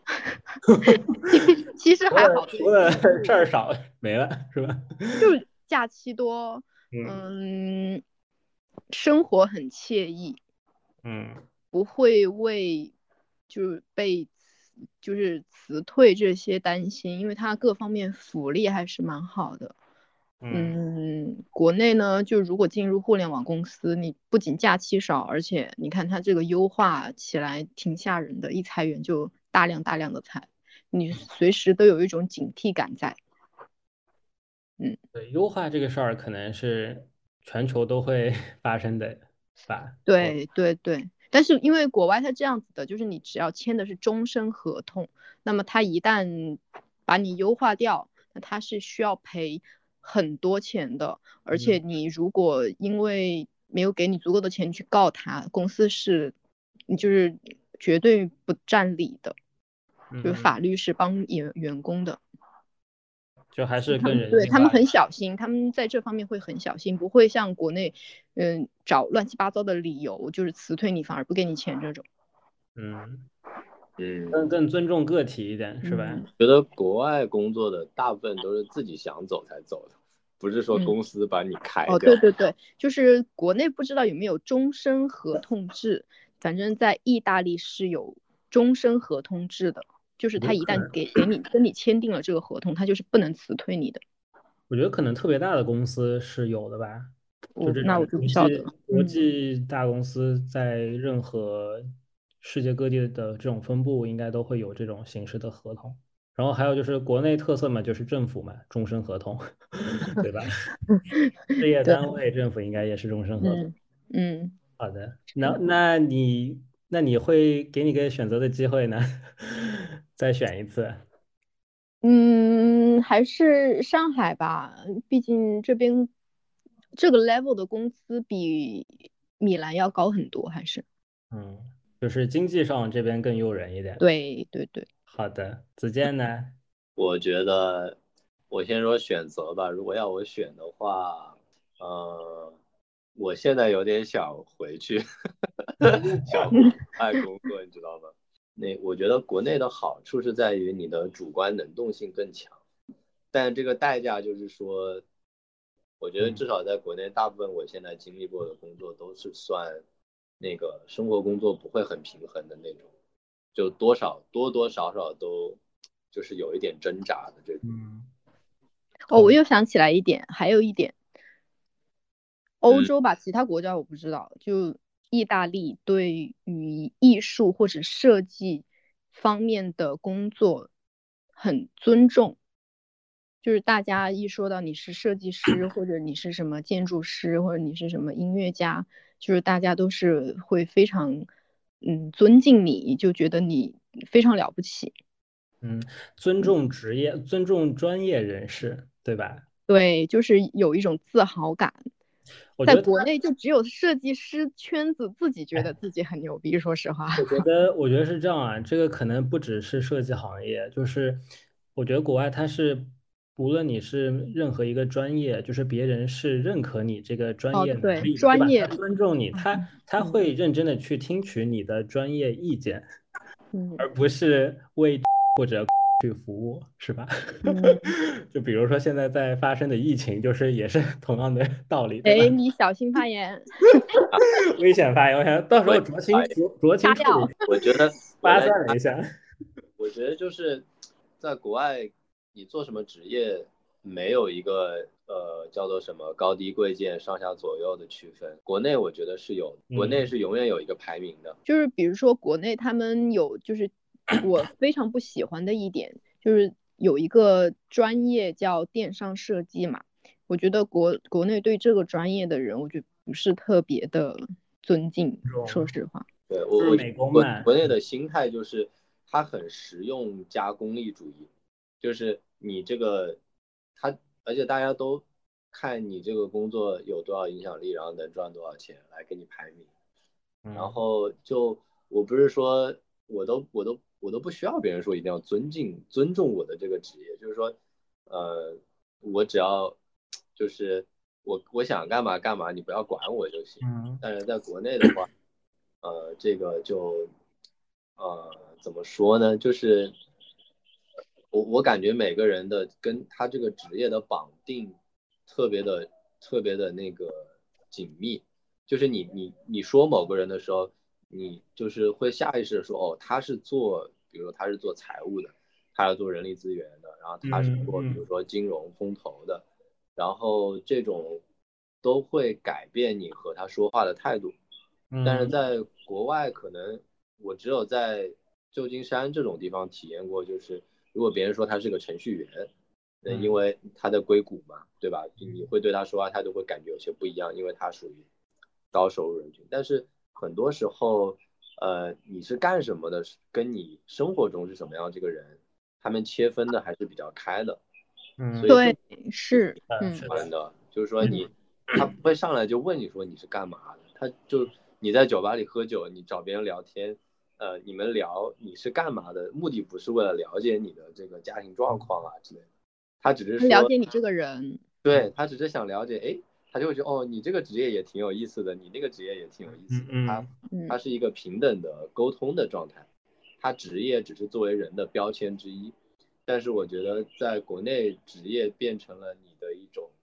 其实还好， 除了对， 事儿少没了是吧？ 就假期多， 嗯嗯，生活很惬意， 嗯不会为就是被就是辞退这些担心，因为它各方面福利还是蛮好的。 嗯， 嗯，国内呢，就如果进入互联网公司，你不仅假期少，而且你看它这个优化起来挺吓人的，一裁员就大量大量的裁，你随时都有一种警惕感在。嗯， 对，优化这个事儿可能是全球都会发生的吧？我对对对，但是因为国外它这样子的，就是你只要签的是终身合同，那么它一旦把你优化掉，那它是需要赔很多钱的，而且嗯你如果因为没有给你足够的钱去告他，公司是，你就是绝对不占理的，就是嗯， 法律是帮员员工的。 就还是更他们对他们人性化的。 很小心，他们在这方面会很小心，不会像国内，嗯，找乱七八糟的理由，就是辞退你，反而不给你钱这种。 嗯，更嗯， 更尊重个体一点是吧？ 嗯觉得国外工作的大部分都是自己想走才走的，不是说嗯， 公司把你开哦，对掉。 对对，就是国内不知道有没有终身合同制，反正在意大利是有终身合同制的，就是我觉得可能， 他一旦给给你跟你签订了这个合同，他就是不能辞退你的。 我觉得可能特别大的公司是有的吧，就这种我那我就不国际晓得了。 国嗯际大公司在任何世界各地的这种分部，应该都会有这种形式的合同。然后还有就是国内特色嘛，就是政府嘛，终身合同，对吧？事业对， 单位政府应该也是终身合同。 嗯嗯。 好的，那那你那你会给你个选择的机会呢？再选一次。 嗯，还是上海吧，毕竟这边这个 level 的工资比米兰要高很多，还是。 嗯，就是经济上这边更诱人一点。 对对对。 好的，子健呢？ 我觉得，我先说选择吧。如果要我选的话，呃，我现在有点想回去，想回国外工作，你知道吗？那我觉得国内的好处是在于你的主观能动性更强，但这个代价就是说，我觉得嗯至少在国内，大部分我现在经历过的工作都是算那个生活工作不会很平衡的那种，就多少多多少少都就是有一点挣扎的这种。 嗯， 哦，我同意。 又想起来一点，还有一点，欧嗯洲吧，其他国家我不知道，就意大利对于艺术或者设计方面的工作很尊重，就是大家一说到你是设计师，或者你是什么建筑师，或者你是什么音乐家，就是大家都是会非常嗯尊敬你，就觉得你非常了不起。 嗯，尊重职业，尊重专业人士，对吧？ 对，就是有一种自豪感。 我觉得他， 在国内就只有设计师圈子自己觉得自己很牛逼，说实话。 我觉得，我觉得是这样啊，这个可能不只是设计行业，就是我觉得国外它是，无论你是任何一个专业，就是别人是认可你这个专哦， 业能对， 力的，对吧？他专业， 尊重你，他嗯他嗯会认真的去听取你的专业意见， 嗯而不是为或者去服务，是吧？ 嗯。 就比如说现在在发生的疫情，就是也是同样的道理，对哎， 吧？ 你小心发言， 啊， 危险发言，我想到时候我酌情哎， 酌酌情处理， 掐掉。 我觉得我发来， 散了一下。 我觉得就是在国外，你做什么职业没有一个呃叫做什么高低贵贱、上下左右的区分。国内我觉得是有，国内嗯是永远有一个排名的。 就是比如说国内他们有，就是我非常不喜欢的一点，就是有一个专业叫电商设计嘛，我觉得国国内对这个专业的人，我觉得不是特别的尊敬， 这种说实话。 对，我就是美我觉得国工嘛， 国内的心态就是它很实用加功利主义，就是你这个它，而且大家都看你这个工作有多少影响力，然后能赚多少钱来给你排名。然嗯后就我不是说我都我都我都不需要别人说一定要尊敬尊重我的这个职业，就是说，呃，我只要就是我我想干嘛干嘛，你不要管我就行。 嗯但是在国内的话，呃，这个就呃怎么说呢？就是我我感觉每个人的跟他这个职业的绑定特别的特别的那个紧密，就是你你你说某个人的时候，你就是会下意识的说，哦，他是做，比如说他是做财务的，他是做人力资源的，然后他是做比如说金融风投的，然后这种都会改变你和他说话的态度。但是在国外可能我只有在旧金山这种地方体验过，就是如果别人说他是个程序员，那因为他在硅谷嘛，对吧？你会对他说话态度会感觉有些不一样，因为他属于高收入人群。但是很多时候，呃，你是干什么的，跟你生活中是什么样这个人，他们切分的还是比较开的。所以这对，是，嗯， 喜欢的，就是说你他不会上来就问你说你是干嘛的，他就你在酒吧里喝酒，你找别人聊天，呃，你们聊你是干嘛的，目的不是为了了解你的这个家庭状况啊之类的，他只是了说解你这个人， 对，他只是想了解，哎，他就会觉得哦，你这个职业也挺有意思的，你那个职业也挺有意思的，他他是一个平等的沟通的状态，他职业只是作为人的标签之一。但是我觉得在国内职业变成了你的一种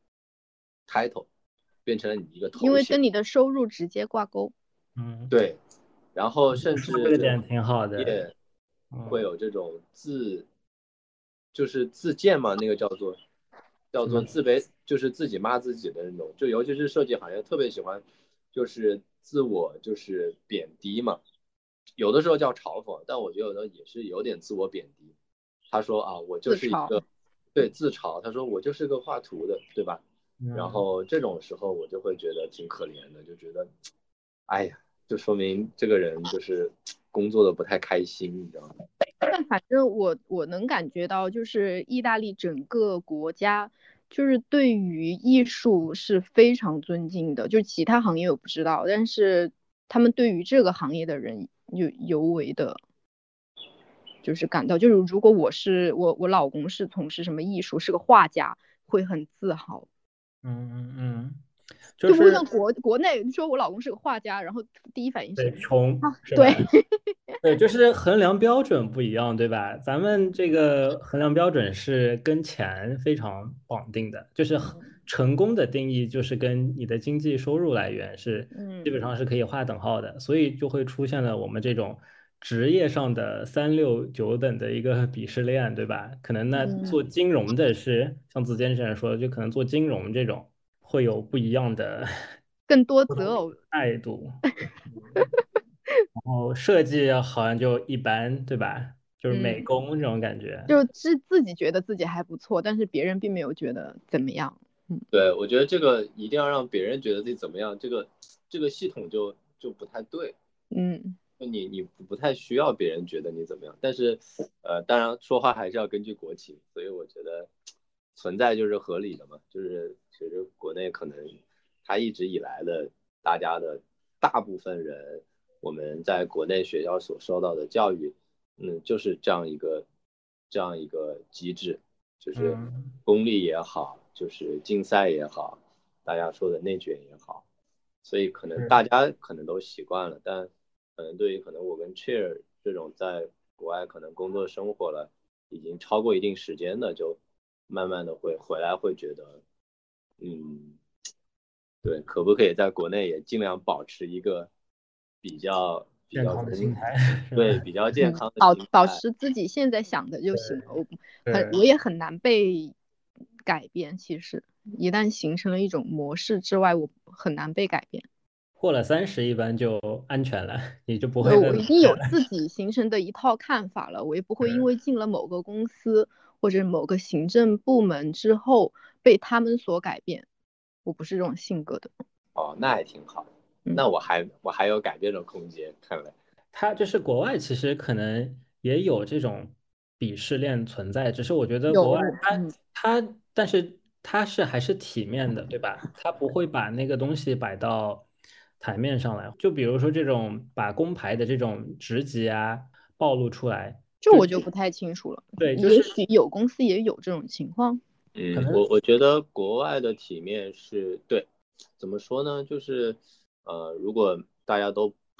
title， 变成了你一个头衔， 因为跟你的收入直接挂钩。 嗯， 对，然后甚至这个点挺好的， 也会有这种自，就是自荐嘛，那个叫做叫做自卑，就是自己骂自己的那种，就尤其是设计行业特别喜欢，就是自我就是贬低嘛，有的时候叫嘲讽，但我觉得有的也是有点自我贬低。他说啊，我就是一个，对，自嘲，他说我就是个画图的，对吧？然后这种时候我就会觉得挺可怜的，就觉得，哎呀，就说明这个人就是工作的不太开心，你知道吗？ 但反正我我能感觉到，就是意大利整个国家就是对于艺术是非常尊敬的，就其他行业我不知道，但是他们对于这个行业的人有尤为的。就是感到，就是如果我是我我老公是从事什么艺术，是个画家，会很自豪。 嗯嗯嗯， 就不会像国国内说我老公是个画家，然后第一反应是穷， 啊，对对，就是衡量标准不一样，对吧？咱们这个衡量标准是跟钱非常绑定的，就是成功的定义就是跟你的经济收入来源是基本上是可以划等号的，所以就会出现了我们这种职业上的三六九等的一个鄙视链，对吧？可能那做金融的是像子坚先生说的，就可能做金融这种会有不一样的更多择偶态度。然后设计好像就一般，对吧？就是美工这种感觉， 就是自己觉得自己还不错，但是别人并没有觉得怎么样。 嗯，对，我觉得这个一定要让别人觉得自己怎么样，这个这个系统就就不太对。 嗯， 就你你不太需要别人觉得你怎么样，但是呃，当然说话还是要根据国情，所以我觉得存在就是合理的嘛。就是其实国内可能它一直以来的大家的大部分人，我们在国内学校所受到的教育，嗯，就是这样一个这样一个机制，就是功利也好，就是竞赛也好，大家说的内卷也好，所以可能大家可能都习惯了，但可能对于可能我跟 Cheer 这种在国外可能工作生活了已经超过一定时间的，就慢慢的会回来会觉得，嗯，对，可不可以在国内也尽量保持一个比较比较健康的心态， 对，比较健康的保心态， 保持自己现在想的就行了。我很我也很难被改变，其实一旦形成了一种模式之外，我很难被改变。 过了三十一般就安全了，你就不会。 我已经有自己形成的一套看法了，我也不会因为进了某个公司或者某个行政部门之后被他们所改变。我不是这种性格的。 哦，那也挺好。那我还我还有改变的空间，看来。 他就是国外其实可能也有这种鄙视链存在，只是我觉得国外他他但是他是还是体面的，对吧？他不会把那个东西摆到台面上来，就比如说这种把工牌的这种职级啊暴露出来， 这我就不太清楚了。 对，就是也许有公司也有这种情况。 嗯，我我觉得国外的体面是对，怎么说呢？就是呃，如果大家都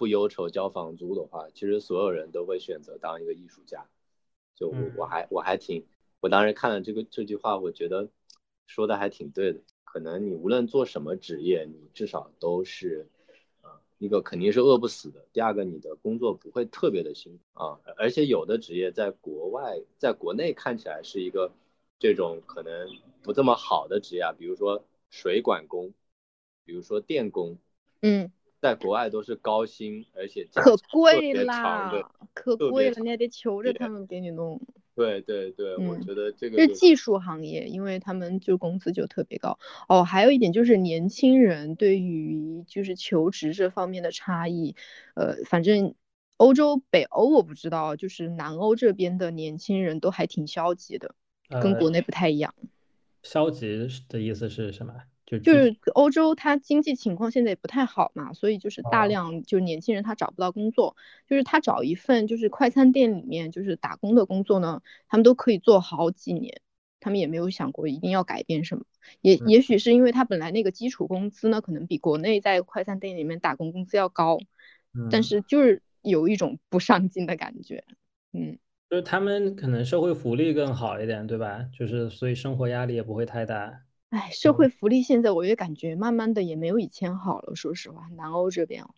不忧愁交房租的话，其实所有人都会选择当一个艺术家。就我我还我还挺，我当时看了这个这句话，我觉得说的还挺对的。可能你无论做什么职业，你至少都是，呃，一个肯定是饿不死的，第二个你的工作不会特别的辛苦啊，而且有的职业在国外，在国内看起来是一个这种可能不这么好的职业啊，比如说水管工，比如说电工， 嗯， 在国外都是高薪，而且假可期特贵别长的， 啦，可贵了， 特别长你还得求着的。 他们给你弄。 对对对，我嗯， 觉得这个就是这技术行业，因为他们就工资就特别高。哦，还有一点就是年轻人对于就是求职这方面的差异，呃，反正欧洲、北欧我不知道，就是南欧这边的年轻人都还挺消极的，跟呃， 国内不太一样。 消极的意思是什么？就具体就是欧洲它经济情况现在也不太好嘛，所以就是大啊， 量就年轻人他找不到工作，就是他找一份就是快餐店里面就是打工的工作呢，他们都可以做好几年，他们也没有想过一定要改变什么，也嗯也许是因为他本来那个基础工资呢，可能比国内在快餐店里面打工工资要高，但嗯， 是就是有一种不上进的感觉，嗯。 就是他们可能社会福利更好一点，对吧？就是所以生活压力也不会太大。 哎，社会福利现在我也感觉慢慢的也没有以前好了，说实话，南欧这边哦。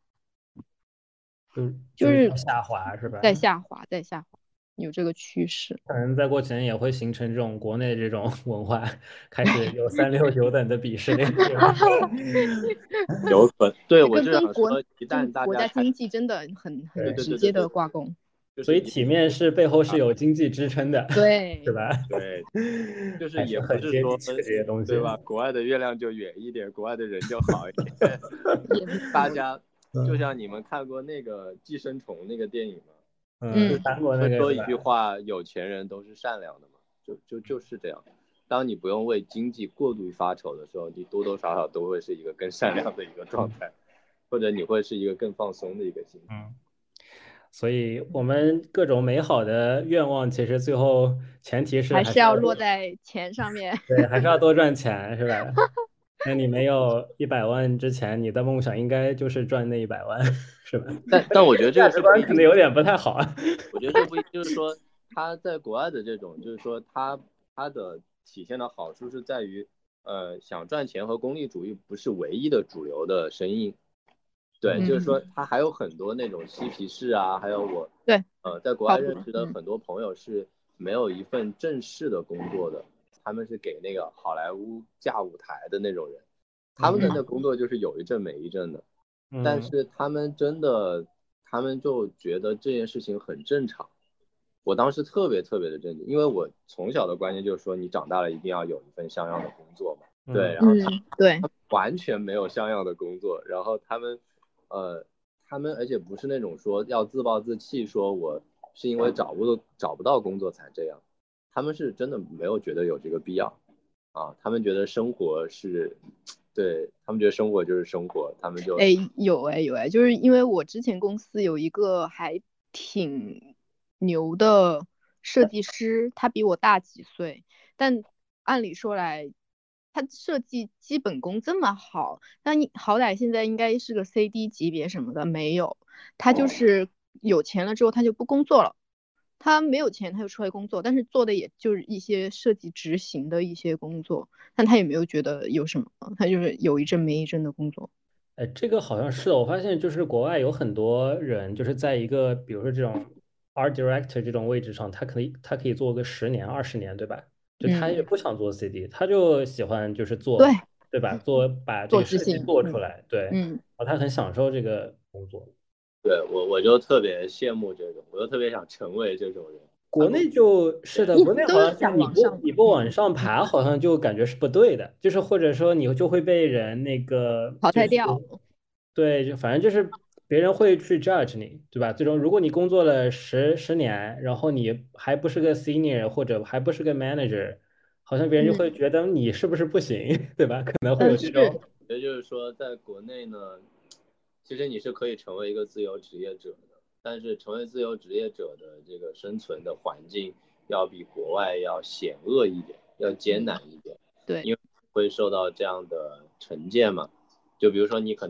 就就是就是在下滑，是在吧？ 下滑，在下滑，有这个趋势。 可能再过几年也会形成这种国内这种文化，开始有三六九等的鄙视链，对吧？ 有可能。对， 这跟我就跟国想说，一就是旦大国家家开始， 经济真的很对很直接对对对对， 的挂钩。 就是一所以体面是背后是啊， 有经济支撑的，是对， 吧？ 对，就是还是也不很接地是说， 气的这些东西。 对吧？国外的月亮就圆一点，国外的人就好一点。 也没有。 大家就嗯像你们看过那个《寄生虫》那个电影吗？ 嗯， 嗯， 韩国那会说一个是吧？ 句话，有钱人都是善良的嘛，就就就是这样。当你不用为经济过度发愁的时候，你多多少少都会是一个更善良的一个状态，或者你会是一个更放松的一个心态。 嗯。所以我们各种美好的愿望，其实最后前提是还还是要是要落在钱上面。 对，还是要多赚钱，是吧？那你没有一百万之前，你的梦想应该就是赚那一百万，是吧？ 但但我觉得这价值观个是不一定， 可能有点不太好啊。 我觉得这不一就是说他在国外的这种，就是说他他的体现的好处是在于，呃，想赚钱和功利主义不是唯一的主流的声音。对，就是嗯， 说他还有很多那种嬉皮士啊，还有我， 对， 呃，在国外靠谱。 认识的嗯很多朋友是没有一份正式的工作的，他们是给那个好莱坞架舞台的那种人，他们的那嗯工作就是有一阵没一阵的，但嗯是他们真的，他们就觉得这件事情很正常。我当时特别特别的震惊，因为我从小的观念就是说，你长大了一定要有一份像样的工作嘛。对， 嗯然后他嗯，对， 完全没有像样的工作，然后他们，呃，他们而且不是那种说要自暴自弃，说我是因为找不找不到工作才这样，他们是真的没有觉得有这个必要啊，他们觉得生活是，对，他们觉得生活就是生活，他们就哎，有哎有哎，就是因为我之前公司有一个还挺牛的设计师，他比我大几岁，但按理说来，他设计基本功这么好，那你好歹现在应该是个 C D 级别什么的，没有，他就是有钱了之后他就不工作了。他没有钱，他就出来工作，但是做的也就是一些设计执行的一些工作，但他也没有觉得有什么，他就是有一阵没一阵的工作。 哎，这个好像是的，我发现就是国外有很多人，就是在一个比如说这种 art director 这种位置上，他可以他可以做个十年、二十年，对吧？就他也嗯， 不想做 C D，他就喜欢就是对， 做，对吧？做把这个设计做执行，嗯做出来，对，然嗯， 后他很享受这个工作。 对我我就特别羡慕这种，我就特别想成为这种人。他跟我国内就是的， 对一国内好都是像就是你想往上嘛， 不你不往嗯上爬，好像就感觉是不对的，就是或者说你就会被人那个就是淘汰掉， 对，就反正就是别人会去 judge 你，对吧？最终如果你工作了十十年，然后你还不是个 senior 或者还不是个 manager，好像别人就会嗯觉得你是不是不行，对吧？可能会有嗯是， 这种， 也就是说，在国内呢，其实你是可以成为一个自由职业者的，但是成为自由职业者的这个生存的环境要比国外要险恶一点，要艰嗯难一点， 对， 因为会受到这样的惩戒嘛。就比如说你可能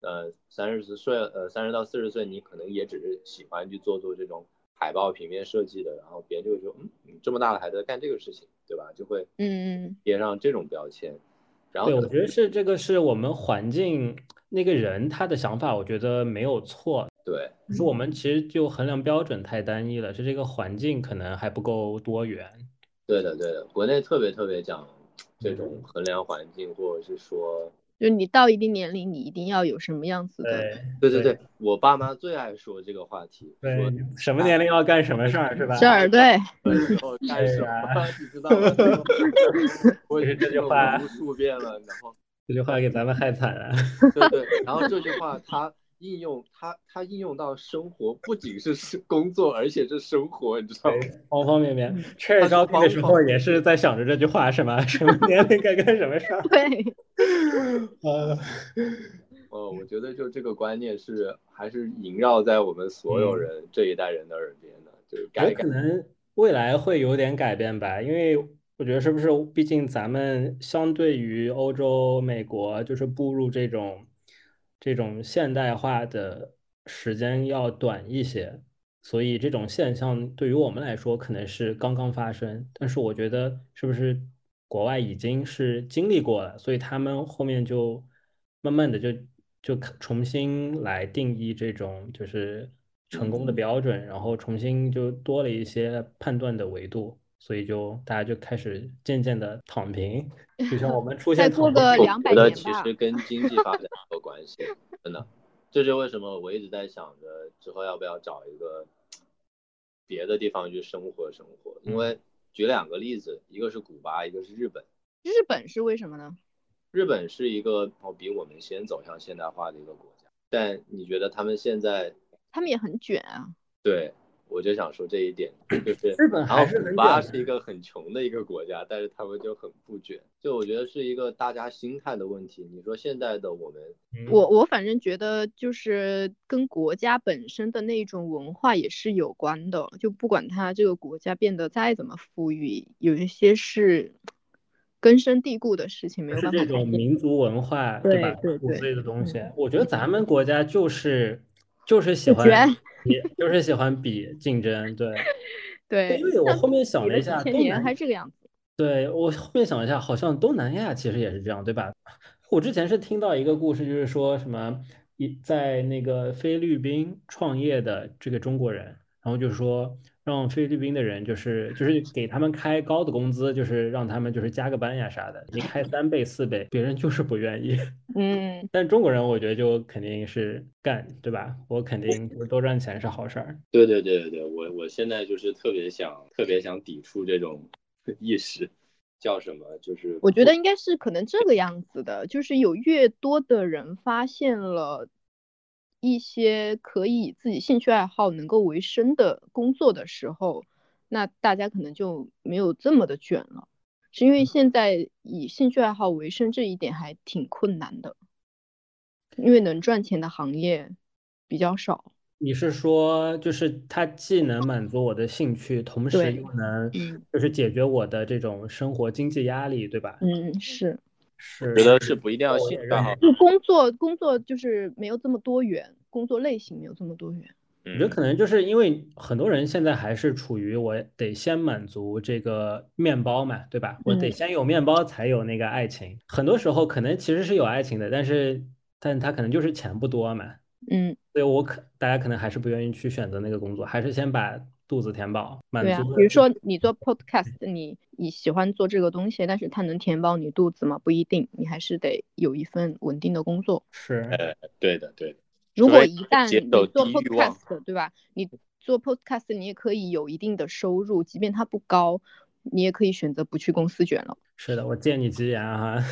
呃三十岁呃三十到四十岁，你可能也只是喜欢去做做这种海报平面设计的，然后别人就会说，嗯，你这么大了还在干这个事情，对吧？就会嗯贴上这种标签。然后对， 可能我觉得是这个是我们环境那个人他的想法，我觉得没有错， 对只是我们其实就衡量标准太单一了，是这个环境可能还不够多元。 对的对的，国内特别特别讲这种嗯， 衡量环境，或者是说， 就你到一定年龄，你一定要有什么样子的。 对对对对， 对我爸妈最爱说这个话题， 对， 说什么年龄要干什么事儿是吧？ 事儿，对。 的时候干什对呀， 么，你知道吗？这个我已经就是这句话， 听了无数遍了，然后。 这句话给咱们害惨了。 对对，然后这句话它应用它它应用到生活，不仅是是工作，而且是生活，你知道吗？ 对，方方面面。 嗯， 确实它是招聘的时方方候也是在想着这句话是吗？什么年龄该干什么事儿？ 对。 呃， 呃，我觉得就这个观念是还是萦绕在我们所有嗯。 人这一代人的耳边的，就是我觉得该干。 可能未来会有点改变吧，因为我觉得是不是，毕竟咱们相对于欧洲、美国，就是步入这种这种现代化的时间要短一些，所以这种现象对于我们来说可能是刚刚发生，但是我觉得是不是国外已经是经历过了，所以他们后面就慢慢的就就重新来定义这种就是成功的嗯， 标准，然后重新就多了一些判断的维度，所以就大家就开始渐渐的躺平，就像我们出再现躺平。 过个我两百觉得年吧。 其实跟经济发展有关系，真的。这就为什么我一直在想着之后要不要找一个别的地方去生活生活，因嗯， 为举两个例子，一个是古巴，一个是日本。 日本是为什么呢？ 日本是一个比我们先走向现代化的一个国家，但你觉得他们现在， 他们也很卷啊。 对，我就想说这一点，就是， 日本还然后是很卷的。 古巴是一个很穷的一个国家，但是他们就很不卷，就我觉得是一个大家心态的问题。你说现在的我们， 我我反正觉得就是跟国家本身的那种文化也是有关的，就不管它这个国家变得再怎么富裕，有一些是根深蒂固的事情没有是办法这种改变。 民族文化，对吧？ 对对对。 骨子里的东西， 嗯。 我觉得咱们国家就是就是喜就欢卷。 比，就是喜欢比竞争，对。对，因对，像为我后面想比了几了一下， 千年还东南， 这个样子。 对，我后面想了一下，好像东南亚其实也是这样，对吧？我之前是听到一个故事，就是说什么一在那个菲律宾创业的这个中国人，然后就是说让菲律宾的人就是就是给他们开高的工资，就是让他们就是加个班呀啥的，你开三倍四倍，别人就是不愿意。 嗯。 但中国人我觉得就肯定是干，对吧？我肯定就是多赚钱是好事儿。 对对对对对，我我现在就是特别想特别想抵触这种意识，叫什么？就是我觉得应该是可能这个样子的，就是有越多的人发现了一些可以以自己兴趣爱好能够为生的工作的时候，那大家可能就没有这么的卷了。是因为现在以兴趣爱好为生这一点还挺困难的，因为能赚钱的行业比较少。 你是说，就是它既能满足我的兴趣，同时对。 又能嗯就是解决我的这种生活经济压力，对吧？ 嗯。是。 觉是， 得是不一定要我兴趣爱好， 也认同。 就工作工作就是没有这么多元，工作类型没有这么多元。 我觉得嗯， 可能就是因为很多人现在还是处于我得先满足这个面包嘛，对吧？我得嗯先有面包才有那个爱情。很多时候可能其实是有爱情的，但是但他可能就是钱不多嘛， 嗯。 所以我可大家可能还是不愿意去选择那个工作，还是先把肚子填饱，满对啊， 足了自己。 比如说你做 podcast，你你喜欢做这个东西，但是它能填饱你肚子吗？不一定，你还是得有一份稳定的工作。 是。 对的对的，除非如果一旦接受你做低欲望。 podcast，对吧？你做 podcast，你也可以有一定的收入，即便它不高，你也可以选择不去公司卷了。 是的，我借你吉言哈。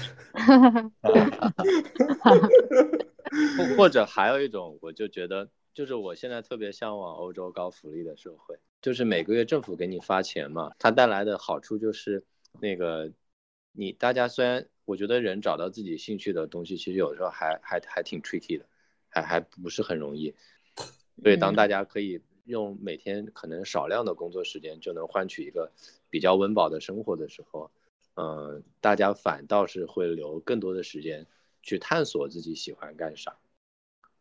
或或者还有一种，我就觉得，就是我现在特别向往欧洲高福利的社会，就是每个月政府给你发钱嘛，它带来的好处就是那个你大家虽然我觉得人找到自己兴趣的东西，其实有时候还还还挺 tricky 的，还还不是很容易。所以当大嗯。 家可以用每天可能少量的工作时间就能换取一个比较温饱的生活的时候，嗯、呃，大家反倒是会留更多的时间去探索自己喜欢干啥。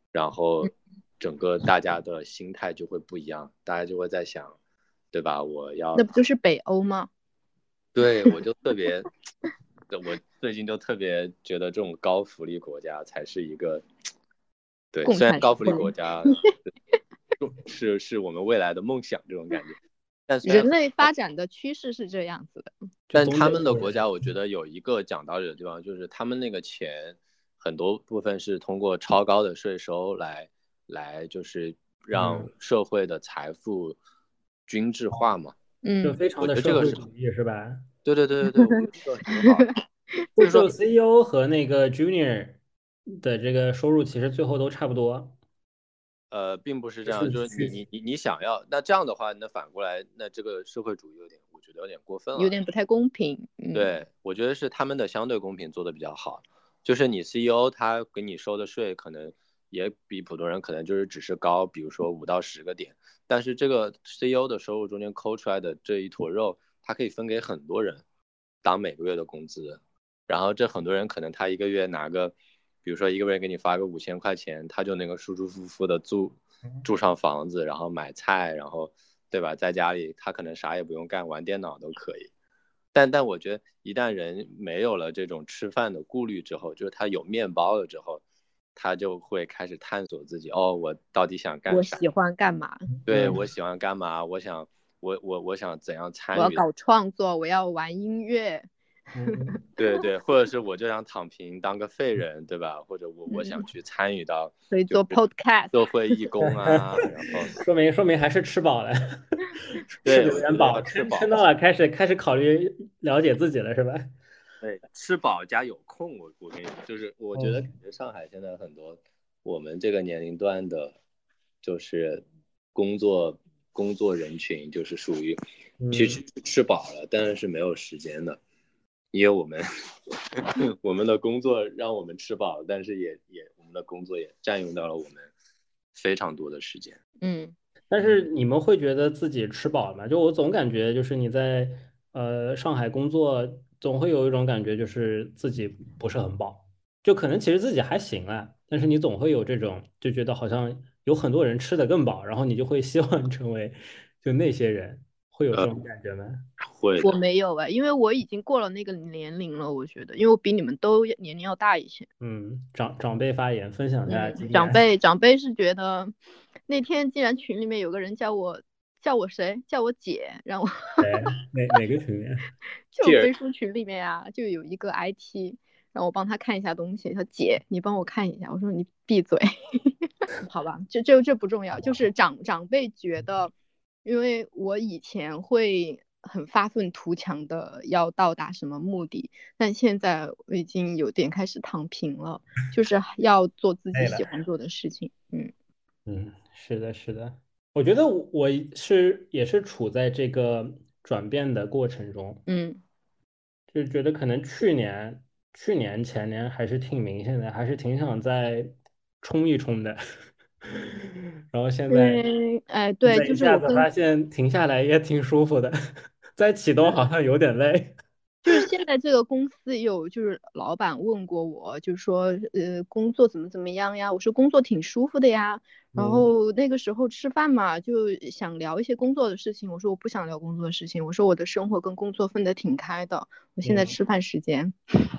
然后整个大家的心态就会不一样，大家就会在想，对吧？我要那不就是北欧吗？ 对，我就特别，我最近就特别觉得这种高福利国家才是一个，对，虽然高福利国家是是我们未来的梦想这种感觉，但人类发展的趋势是这样子的。 但他们的国家，我觉得有一个讲道理的地方，就是他们那个钱很多部分是通过超高的税收来来，就是让社会的财富均质化嘛。 嗯，就非常的社会主义是吧？ 对对对对对，我觉得很好。 就是说 C E O 和那个 Junior 的这个收入其实最后都差不多。 呃，并不是这样，就是你你你你想要，那这样的话，那反过来，那这个社会主义有点，我觉得有点过分了， 有点不太公平。 嗯、对，我觉得是他们的相对公平做的比较好，就是你 C E O 他给你收的税可能也比普通人可能就是只是高，比如说五到十个点，但是这个 C E O 的收入中间抠出来的这一坨肉，它可以分给很多人当每个月的工资，然后这很多人可能他一个月拿个。比如说一个月给你发个五千块钱，他就能够舒舒服服的住住上房子，然后买菜，然后对吧，在家里他可能啥也不用干，玩电脑都可以。但但我觉得一旦人没有了这种吃饭的顾虑之后，就是他有面包了之后，他就会开始探索自己，哦，我到底想干啥？ 我喜欢干嘛？ 对，我喜欢干嘛？我想我我我想怎样参与？ 我要搞创作，我要玩音乐。 嗯， 对对，或者是我就想躺平当个废人，对吧？或者我我想去参与到， 所以做 podcast， 做会义工啊，然后说明说明还是吃饱了，吃有点饱， 吃饱吃到了，开始开始考虑了解自己了，是吧？ 对，吃饱加有空，我我跟你说，就是我觉得感觉上海现在很多我们这个年龄段的，就是工作工作人群，就是属于其实吃饱了，但是是没有时间的。因为我们我们的工作让我们吃饱，但是也也我们的工作也占用到了我们非常多的时间。 嗯， 但是你们会觉得自己吃饱了吗？就我总感觉就是你在呃上海工作，总会有一种感觉就是自己不是很饱，就可能其实自己还行了，但是你总会有这种就觉得好像有很多人吃得更饱，然后你就会希望成为就那些人，会有这种感觉吗？呃会， 我没有哎，因为我已经过了那个年龄了，我觉得，因为我比你们都年龄要大一些。 嗯，长长辈发言分享一下经验。 嗯、长辈长辈是觉得，那天既然群里面有个人叫我叫我谁叫我姐，让我哪哪个群里面？ 就飞书群里面啊，就有一个 I T， 让我帮他看一下东西。他说姐，你帮我看一下。我说你闭嘴，好吧，这这这不重要，就是长长辈觉得。因为我以前会很发愤图强的要到达什么目的，但现在我已经有点开始躺平了，就是要做自己喜欢做的事情。嗯嗯，是的，是的，我觉得我是也是处在这个转变的过程中。 嗯， 就觉得可能去年、去年前年还是挺明显的，还是挺想再冲一冲的。然后现在， 哎，对，就是一下子发现停下来也挺舒服的，再启动好像有点累。 就是现在这个公司有，就是老板问过我，就是说，呃，工作怎么怎么样呀？我说工作挺舒服的呀。然后那个时候吃饭嘛，就想聊一些工作的事情。我说我不想聊工作的事情，我说我的生活跟工作分得挺开的。我现在吃饭时间。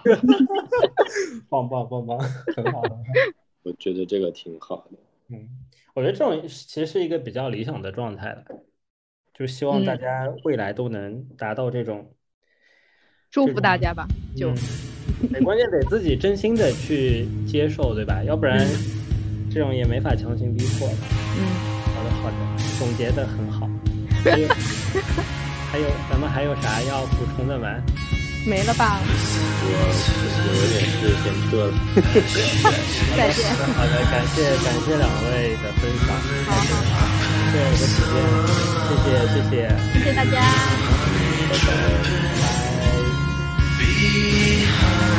棒棒棒棒，很好很好。 我觉得这个挺好的。 嗯，我觉得这种其实是一个比较理想的状态了，就希望大家未来都能达到这种。 祝福大家吧，就。 嗯、关键得自己真心的去接受，对吧？要不然这种也没法强行逼迫的。 嗯， 好的好的，总结的很好。还有还有，咱们还有啥要补充的吗？ 没了吧？ 我我有点事先撤了。 再见。 好的，感谢感谢两位的分享。 好好好， 谢谢我的时间，谢谢谢谢， 谢谢大家。 拜拜。